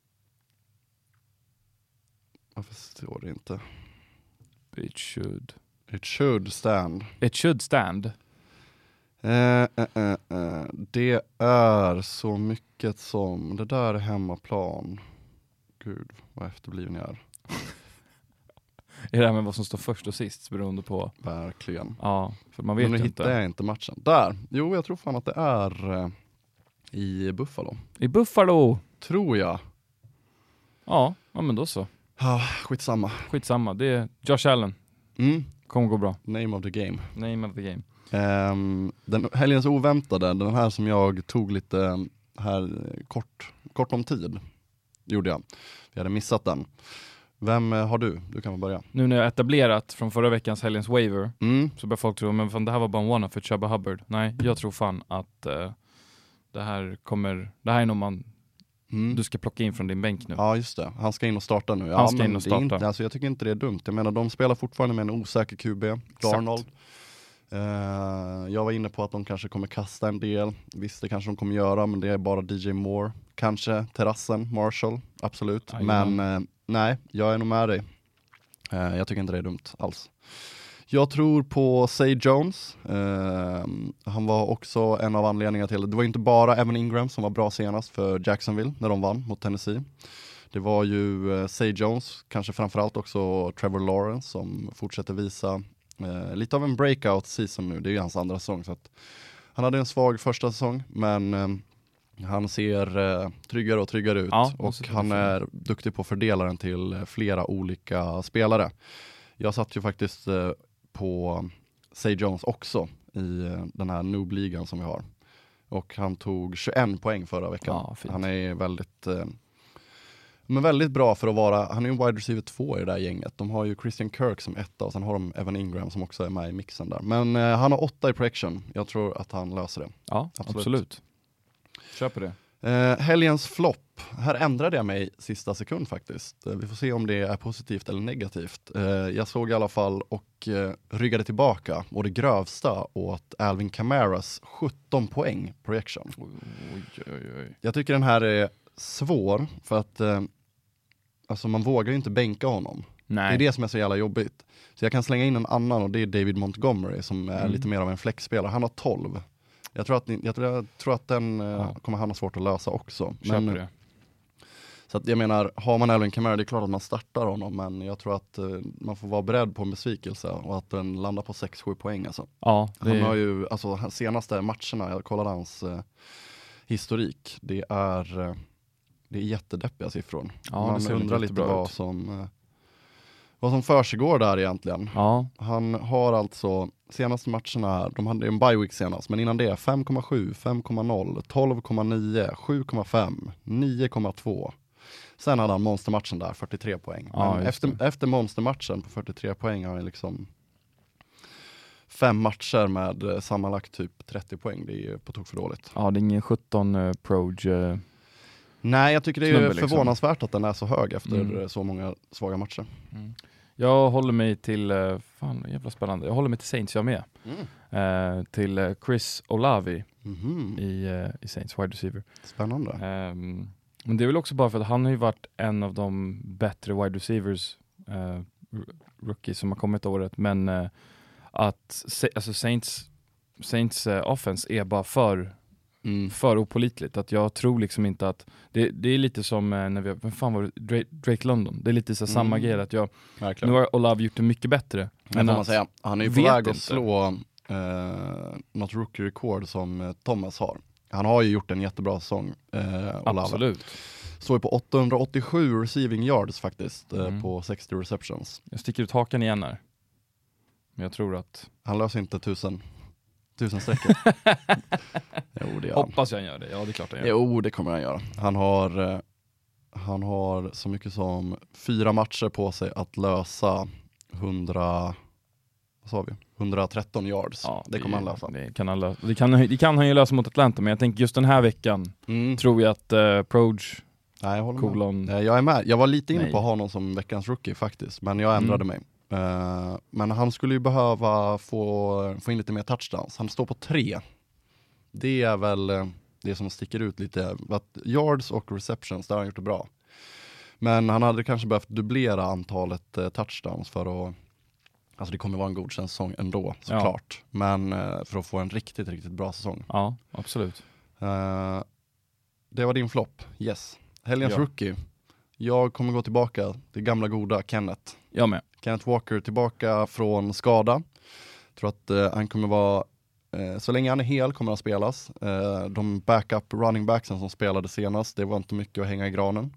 Jag förstår det inte. It should. It should stand. It should stand. Uh, uh, uh, uh. Det är så mycket som, det där är hemmaplan. Gud, vad efterbliven jag är. Är det här med vad som står först och sist, beroende på? Verkligen. Ja, för man vet Men nu ju hittar inte. jag inte matchen. Där. Jo, jag tror fan att det är uh, i Buffalo. I Buffalo! Tror jag. Ja, ja men då så. Ah, skitsamma. Skitsamma, det är Josh Allen. Mm. Kommer gå bra. Name of the game. Name of the game. Um, den helgens oväntade, den här som jag tog lite här kort, kort om tid, gjorde jag. Vi hade missat den. Vem eh, har du? Du kan väl börja. Nu när jag etablerat från förra veckans helgens waiver Mm. så börjar folk tro, men fan, det här var bara en one-off för Chubba Hubbard. Nej, jag tror fan att uh, det här kommer, det här är någon man Mm. du ska plocka in från din bänk nu. Ja, just det. Han ska in och starta nu. Ja, Han ska men in och det är starta. Inte, alltså, jag tycker inte det är dumt. Jag menar, de spelar fortfarande med en osäker Q B, Darnold. Uh, jag var inne på att de kanske kommer kasta en del. Visst, det kanske de kommer göra, men det är bara D J Moore. Kanske terrassen, Marshall, absolut. Aj, men uh, nej, jag är nog med dig. Uh, jag tycker inte det är dumt alls. Jag tror på Say Jones. Uh, han var också en av anledningarna till det. Det var inte bara Evan Ingram som var bra senast för Jacksonville när de vann mot Tennessee. Det var ju uh, Say Jones, kanske framförallt också Trevor Lawrence som fortsätter visa uh, lite av en breakout season nu. Det är ju hans andra säsong. Så att han hade en svag första säsong, men uh, han ser uh, tryggare och tryggare ut. Ja, och han är duktig på fördelaren till uh, flera olika spelare. Jag satt ju faktiskt uh, på Say Jones också i uh, den här noob-ligan som vi har. Och han tog tjugoen poäng förra veckan. Ja, fint. Han är väldigt uh, men väldigt bra för att vara, han är ju en wide receiver två i det där gänget. De har ju Christian Kirk som etta och sen har de Evan Ingram som också är med i mixen där. Men uh, han har åtta i projection. Jag tror att han löser det. Ja, absolut. absolut. Köper det. Uh, helgens flopp. Här ändrade jag mig sista sekund faktiskt. Uh, vi får se om det är positivt eller negativt. Uh, jag såg i alla fall och uh, ryggade tillbaka och det grövsta åt Alvin Kamaras sjutton poäng projection. Oj, oj, oj. Jag tycker den här är svår för att uh, alltså man vågar ju inte bänka honom. Nej. Det är det som är så jävla jobbigt. Så jag kan slänga in en annan och det är David Montgomery som är Mm. lite mer av en flexspelare. Han har tolv. Jag tror att, ni, jag tror, jag tror att den uh, Ja. kommer han ha svårt att lösa också. Köper Men, det. så att jag menar, har man Alvin Kamara, det är klart att man startar honom, men jag tror att uh, man får vara beredd på en besvikelse och att den landar på sex sju poäng alltså. Ja, det Han har ju, alltså hans senaste matcherna, jag kollade hans uh, historik, det är, uh, det är jättedeppiga siffror. Ja, det man ser undrar lite jättebra vad ut. som, uh, vad som försiggår där egentligen. Ja, Han har alltså senaste matcherna här, de hade en bye week senast, men innan det fem komma sju, fem komma noll, tolv komma nio, sju komma fem, nio komma två. Sen hade han monstermatchen där, fyrtiotre poäng. Ja, Men just efter, efter monstermatchen på fyrtiotre poäng har han liksom fem matcher med eh, sammanlagt typ trettio poäng. Det är ju på tok för dåligt. ja, det är ingen sjutton uh, Proj. Uh, Nej, jag tycker det är Snubbe, liksom. förvånansvärt att den är så hög efter Mm. eh, så många svaga matcher. Jag håller mig till, uh, fan jävla spännande, jag håller mig till Saints jag med. Uh, till uh, Chris Olavi Mhm. i, uh, i Saints wide receiver. Spännande. Um, men det är väl också bara för att han har ju varit en av de bättre wide receivers uh, r- rookies som har kommit året, men uh, att se, alltså Saints Saints uh, offense är bara för Mm. för opålitligt, att jag tror liksom inte att det, det är lite som uh, när vi, vem fan var det? Drake, Drake London, det är lite så Mm. samma grej, att jag, Verkligen. nu har Olavi gjort det mycket bättre. Men får man att- säga, han är ju på vet väg att inte. slå eh, något rookie-rekord som eh, Thomas har. Han har ju gjort en jättebra säsong, eh, Olave. Absolut. Står ju på åttahundraåttiosju receiving yards faktiskt, eh, Mm. på sextio receptions. Jag sticker ut hakan igen här. Men jag tror att... Han löser inte tusen, tusen strecket. Jo, det gör han. Hoppas jag gör det. Ja, det är klart jag gör. Jo, det kommer han göra. Han har, eh, han har så mycket som fyra matcher på sig att lösa hundra, vad sa vi? hundratretton yards. Ja, det kommer han lösa. Det kan han, lösa. Det, kan, det kan han ju lösa mot Atlanta, men jag tänker just den här veckan Mm. tror jag att uh, Proj, Nej, jag håller med. kolon... Eh, Jag är med. Jag var lite inne Nej. på att ha någon som veckans rookie faktiskt, men jag ändrade Mm. mig. Eh, men han skulle ju behöva få, få in lite mer touchdowns. Han står på tre. Det är väl eh, det som sticker ut lite. Att yards och receptions, där har han gjort det bra. Men han hade kanske behövt dubblera antalet eh, touchdowns för att, alltså det kommer vara en godkänd säsong ändå, såklart. Men eh, för att få en riktigt, riktigt bra säsong. Ja, absolut. Eh, det var din flopp, yes. Helgens Ja. rookie. Jag kommer gå tillbaka till gamla goda Kenneth. Jag med. Kenneth Walker tillbaka från skada. Tror att eh, han kommer vara, eh, så länge han är hel kommer han spelas. Eh, de backup running backsen som spelade senast, det var inte mycket att hänga i granen.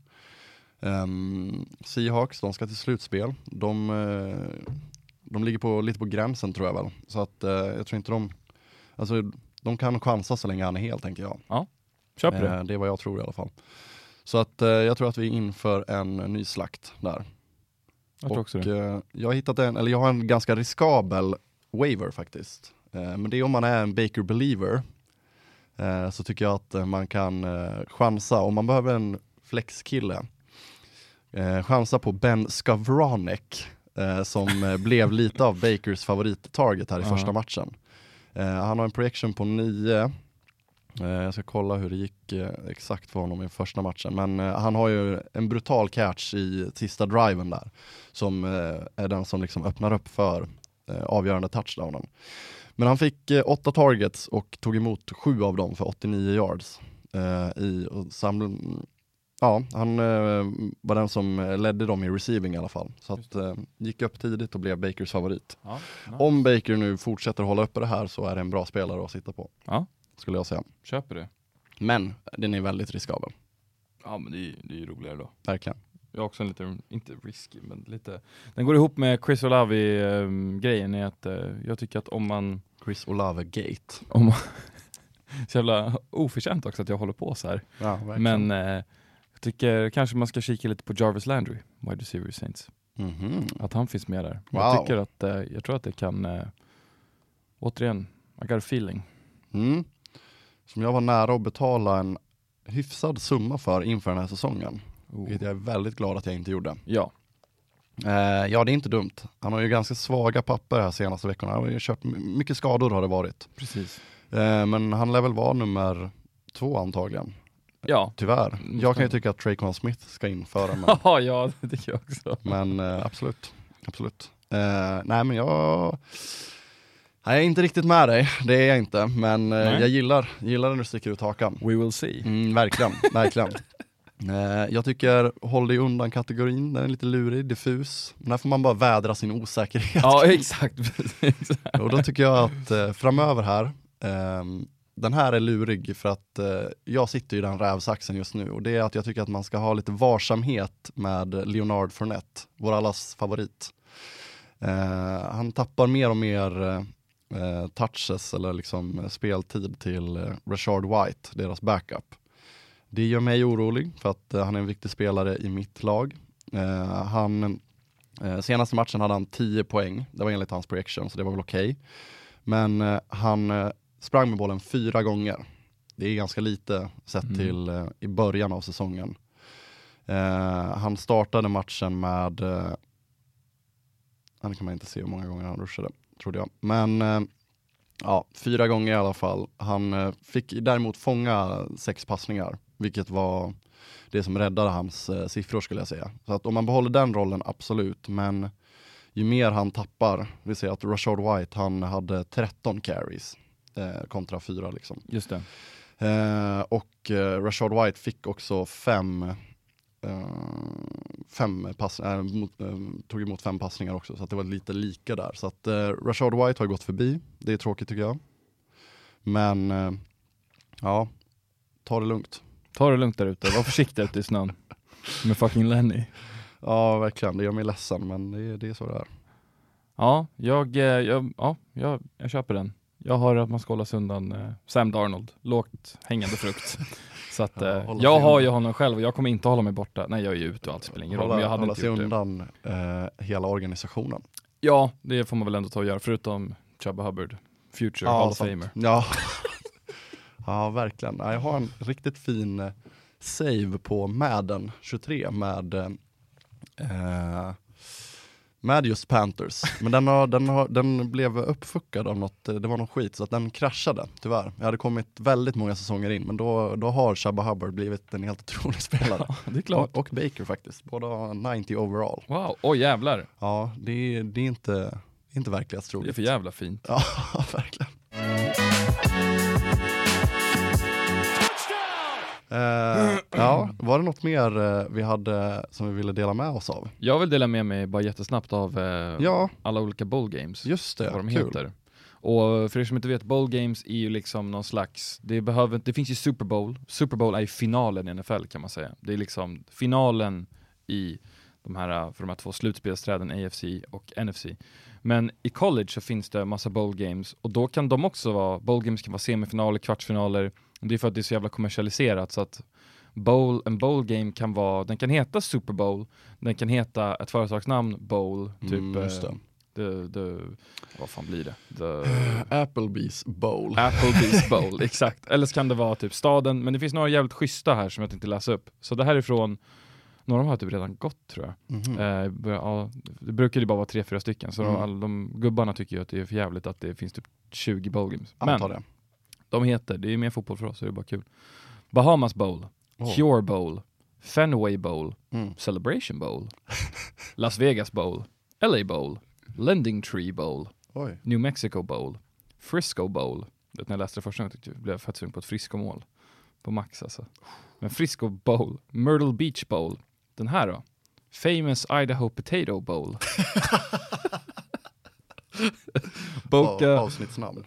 Um, Seahawks, de ska till slutspel. De, eh, de ligger på, lite på gränsen tror jag väl. Så att eh, jag tror inte de, alltså de kan chansa så länge han är hel, tänker jag. Köper det. Eh, det är vad jag tror i alla fall. Så att eh, jag tror att vi är inför en ny slakt där. Jag tror också det. Eh, jag har hittat en, eller jag har en ganska riskabel waiver faktiskt. Eh, men det är om man är en Baker believer. Eh, så tycker jag att man kan eh, chansa, om man behöver en flexkille, eh, chansa på Ben Skowronek. Eh, som eh, blev lite av Bakers favorit-target här i uh-huh. första matchen. Eh, han har en projection på nio. Eh, jag ska kolla hur det gick eh, exakt för honom i första matchen. Men eh, han har ju en brutal catch i sista driven där. Som eh, är den som liksom öppnar upp för eh, avgörande touchdownen. Men han fick eh, åtta targets och tog emot sju av dem för åttionio yards. Eh, i, och saml- ja, han eh, var den som ledde dem i receiving i alla fall. Så att eh, gick upp tidigt och blev Bakers favorit. Ja, nice. Om Baker nu fortsätter hålla uppe det här så är det en bra spelare att sitta på. Ja. Skulle jag säga. Köper det. Men den är väldigt riskabel. Ja, men det är, det är ju roligare då. Verkligen. Jag har också en lite, inte risky, men lite... Den går ihop med Chris Olave-grejen i att uh, jag tycker att om man... Chris Olave Gate. Om man så jävla oförtjänt också att jag håller på så här. Ja, verkligen. Men uh, jag tycker kanske man ska kika lite på Jarvis Landry, wide receiver Saints. Mm-hmm. Att han finns med där. Wow. Jag tycker att, uh, jag tror att det kan... Uh, återigen, I got a feeling. Mm. Som jag var nära att betala en hyfsad summa för inför den här säsongen. Oh. Vilket jag är väldigt glad att jag inte gjorde. Ja. Eh, ja, det är inte dumt. Han har ju ganska svaga papper här senaste veckorna. Han har ju kört mycket skador har det varit. Precis. Eh, men han lär väl vara nummer två antagligen. Ja. Tyvärr. Jag kan ju tycka att Traquan Smith ska införa. Men, ja, det tycker jag också. men eh, absolut. Absolut. Eh, nej, men jag... Nej, jag är inte riktigt med dig. Det är jag inte. Men eh, jag gillar, gillar när du sticker ut hakan. We will see. Mm, verkligen, verkligen. Eh, jag tycker, håll dig undan kategorin. Den är lite lurig, diffus. Men här får man bara vädra sin osäkerhet. Ja, exakt. exakt. Och då tycker jag att eh, framöver här, eh, den här är lurig för att eh, jag sitter i den rävsaxen just nu. Och det är att jag tycker att man ska ha lite varsamhet med Leonard Fournette, vår allas favorit. Eh, han tappar mer och mer eh, touches eller liksom speltid till eh, Rashard White, deras backup. Det gör mig orolig för att eh, han är en viktig spelare i mitt lag. Eh, han, eh, senaste matchen hade han tio poäng. Det var enligt hans projection, så det var väl okej. Okay. Men eh, han eh, sprang med bollen fyra gånger. Det är ganska lite sett mm. till eh, i början av säsongen. Eh, han startade matchen med... Eh, det kan man inte se hur många gånger han rushade, trodde jag. Men... Eh, Ja, fyra gånger i alla fall. Han eh, fick däremot fånga sex passningar, vilket var det som räddade hans eh, siffror skulle jag säga. Så att om man behåller den rollen, absolut. Men ju mer han tappar, vi ser att Rashard White, han hade tretton carries eh, kontra fyra liksom. Just det. Eh, och eh, Rashard White fick också fem... Uh, fem pass, äh, mot, äh, tog emot fem passningar också, så att det var lite lika där. Så att uh, Rashard White har gått förbi. Det är tråkigt tycker jag. Men uh, ja, ta det lugnt. Ta det lugnt där ute. Var försiktig ute i snön. Med fucking Lenny. Ja, verkligen. Det gör mig ledsen, men det, det är så det är. Ja, jag, jag, ja jag, jag köper den. Jag har att man ska hålla sig undan uh, Sam Darnold. Lågt hängande frukt. Så att, ja, uh, jag har ju honom själv och jag kommer inte hålla mig borta. Nej, jag är ju ute och allt spelar ingen roll. Hålla, men jag hade hålla inte sig gjort undan uh, hela organisationen. Ja, det får man väl ändå ta och göra. Förutom Chubba Hubbard. Future ja, Hall of sant. Famer. Ja, ja verkligen. Jag har en riktigt fin uh, save på Madden tjugotre med... Uh, med just Panthers. Men den, har, den, har, den blev uppfuckad av något, det var någon skit så att den kraschade tyvärr. Jag hade kommit väldigt många säsonger in, men då, då har Chubba Hubbard blivit en helt otrolig spelare. Ja, det är klart. Och, och Baker faktiskt, båda har nittio overall. Wow, oj jävlar. Ja, det är, det är inte, inte verklighetstroligt. Det är för jävla fint. Ja, verkligen. Uh, ja, var det något mer uh, vi hade som vi ville dela med oss av? Jag vill dela med mig bara jättesnabbt av uh, ja. alla olika bowl games. Just det, vad de kul. heter. Och för er som inte vet, bowl games är ju liksom någon slags, det behöver, det finns ju Super Bowl. Super Bowl är ju finalen i N F L kan man säga. Det är liksom finalen i de här, för de här två slutspelsträden A F C och N F C. Men i college så finns det massa bowl games och då kan de också vara, bowl games kan vara semifinaler, kvartsfinaler. Det är för att det är så jävla kommersialiserat så att bowl, en bowl game kan vara, den kan heta Super Bowl, den kan heta ett företagsnamn bowl, typ Mm, just det. eh, the, the, vad fan blir det? The Applebee's bowl. Applebee's bowl, exakt. Eller så kan det vara typ staden, men det finns några jävligt schyssta här som jag tänkte läsa upp. Så det här är från, några av dem har typ redan gått tror jag. Mhm. Eh, bör- ja, det brukar ju bara vara tre, fyra stycken. Så Mm. de, all, de gubbarna tycker ju att det är för jävligt att det finns typ tjugo bowl games. Men Antar det. de heter, det är mer fotboll för oss så det är bara kul. Bahamas Bowl, Oh. Cure Bowl, Fenway Bowl, Mm. Celebration Bowl, Las Vegas Bowl, L A Bowl, Lending Tree Bowl, Oj. New Mexico Bowl, Frisco Bowl. Vet, när jag läste det första gången tyckte jag blev jag fett sugen på ett Frisco-mål. På max alltså. Men Frisco Bowl, Myrtle Beach Bowl. Den här då? Famous Idaho Potato Bowl. Boca, Ja, avsnittsnamn.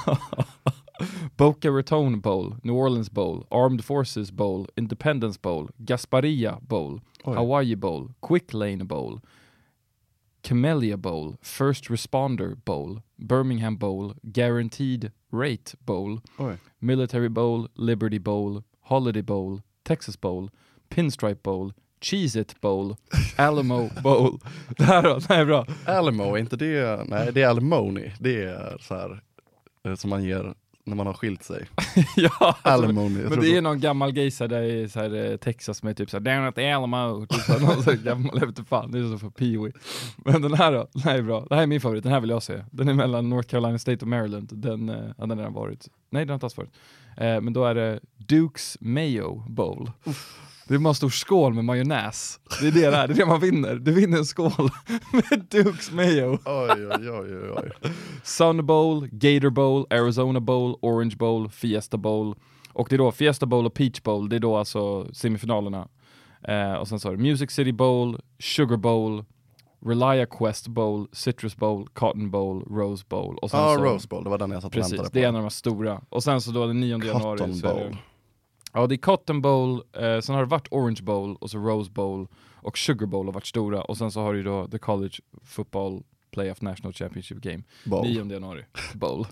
Boca Raton Bowl, New Orleans Bowl, Armed Forces Bowl, Independence Bowl, Gasparilla Bowl, Oj. Hawaii Bowl, Quick Lane Bowl, Camellia Bowl, First Responder Bowl, Birmingham Bowl, Guaranteed Rate Bowl, Oj. Military Bowl, Liberty Bowl, Holiday Bowl, Texas Bowl, Pinstripe Bowl, Cheez-It Bowl, Alamo Bowl. Det här då, det här är bra. Alamo, är inte det? Nej, det är alimony. Det är så här eh, som man ger när man har skilt sig. Ja, alltså, Alimony. jag men tror det är så. någon gammal grej så här, där i så här, eh, Texas med typ så här, down at the Alamo. Typ så här, någon så här gammal, jag vet inte fan, det är så för Pee-wee. Men den här då, den här är bra. Det här är min favorit, den här vill jag se. Den är mellan North Carolina State och Maryland. Den, eh, ja, den har redan varit. Nej, den har inte alls varit. Eh, men då är det Dukes Mayo Bowl. Det är bara en stor skål med majonnäs. Det är det där, det är det man vinner. Du vinner en skål med Dukes Mayo. Oj, oj, oj, oj, oj. Sun Bowl, Gator Bowl, Arizona Bowl, Orange Bowl, Fiesta Bowl. Och det är då Fiesta Bowl och Peach Bowl, det är då alltså semifinalerna. Eh, och sen så är det Music City Bowl, Sugar Bowl, Relia Quest Bowl, Citrus Bowl, Cotton Bowl, Rose Bowl. Och sen Ja, så, Rose Bowl, det var den jag satt och precis, väntade på. det är en av de här stora. Och sen så då den nionde januari Cotton så är det, Bowl. ja, det är Cotton Bowl, eh, sen har det varit Orange Bowl och så Rose Bowl och Sugar Bowl har varit stora. Och sen så har du då The College Football Playoff National Championship Game. Bowl. nionde januari. Bowl.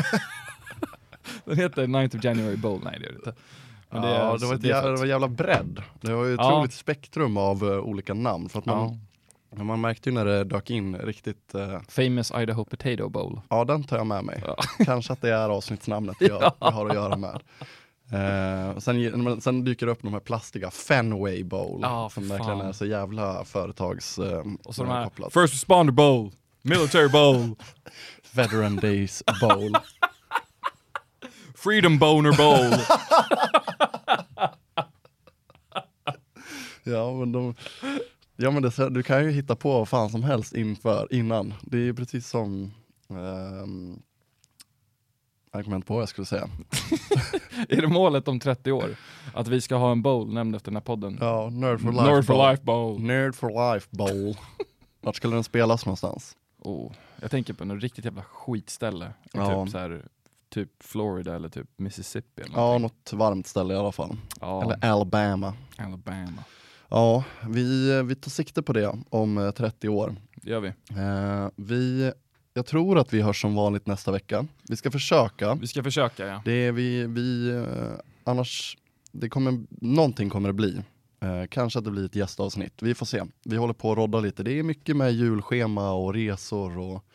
Den heter ninth of January Bowl. Nej, det gör det inte. Men det är, Ja, det var, ett det är jävla, det fett. var jävla bredd. Det var ju ett Ja. otroligt spektrum av uh, olika namn. För att man, ja. man märkte ju när det dök in riktigt... Uh, Famous Idaho Potato Bowl. ja, den tar jag med mig. Ja. Kanske att det är avsnittsnamnet jag, Ja. jag har att göra med. Uh, sen, men sen dyker det upp de här plastiga Fenway Bowl. Ja, som för verkligen fan. är så jävla företags... Uh, Och så de här kopplat. First Responder Bowl. Military Bowl. Veteran Days Bowl. Freedom Boner Bowl. Ja, men de... Ja, men det, du kan ju hitta på vad fan som helst inför, innan. Det är ju precis som... Um, jag kommer inte på vad jag skulle säga. Är det målet om trettio år? Att vi ska ha en bowl nämnd efter den här podden? Ja, Nerd for Life Nerd for Bowl. Life Bowl. Nerd for Life Bowl. Vart skulle den spelas någonstans? Oh, jag tänker på något riktigt jävla skitställe. Ja. Typ så här, typ Florida eller typ Mississippi. Eller Ja, någonting. något varmt ställe i alla fall. Ja, Eller Alabama. Alabama. Ja, vi, vi tar sikte på det om eh, trettio år. Det gör vi. Eh, vi. Jag tror att vi hörs som vanligt nästa vecka. Vi ska försöka. Vi ska försöka, ja. Det är vi, vi eh, annars, det kommer, någonting kommer det bli. Eh, kanske att det blir ett gästavsnitt. Vi får se. Vi håller på att rodda lite. Det är mycket med julschema och resor och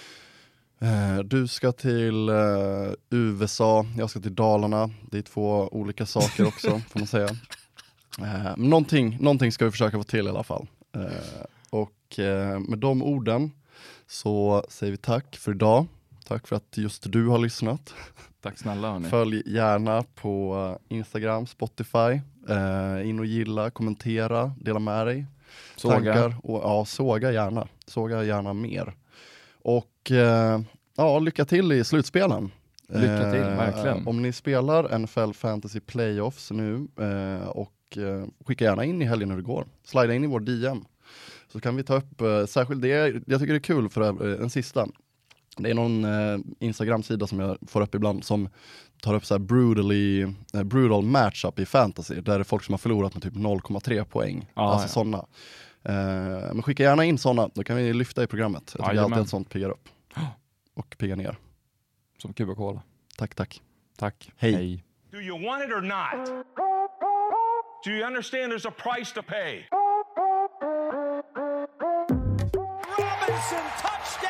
eh, du ska till eh, U S A, jag ska till Dalarna. Det är två olika saker också, får man säga. Eh, men någonting, någonting ska vi försöka få till i alla fall. Eh, och eh, med de orden så säger vi tack för idag. Tack för att just du har lyssnat. Tack snälla hörni. Följ gärna på Instagram, Spotify. Eh, in och gilla, kommentera, dela med dig. Såga. Tankar. Och, ja, såga gärna. Såga gärna mer. Och eh, ja, lycka till i slutspelen. Lycka till, verkligen. Om ni spelar N F L Fantasy Playoffs nu eh, och eh, skicka gärna in i helgen hur det går. Slida in i vår D M. Så kan vi ta upp, eh, särskilt det, jag tycker det är kul för eh, en sista. Det är någon eh, Instagram-sida som jag får upp ibland som tar upp så här brutally, eh, brutal matchup i fantasy. Där det är folk som har förlorat med typ noll komma tre poäng. Ah, alltså ja. sådana. Eh, men skicka gärna in sådana, då kan vi lyfta i programmet. Jag tycker Jajamän. alltid att sånt piggar upp. Och piggar ner. Som Cuba Cola. Tack, tack. Tack. Hej. Hej. Do you want it or not? Do you understand there's a price to pay? Robinson, touchdown!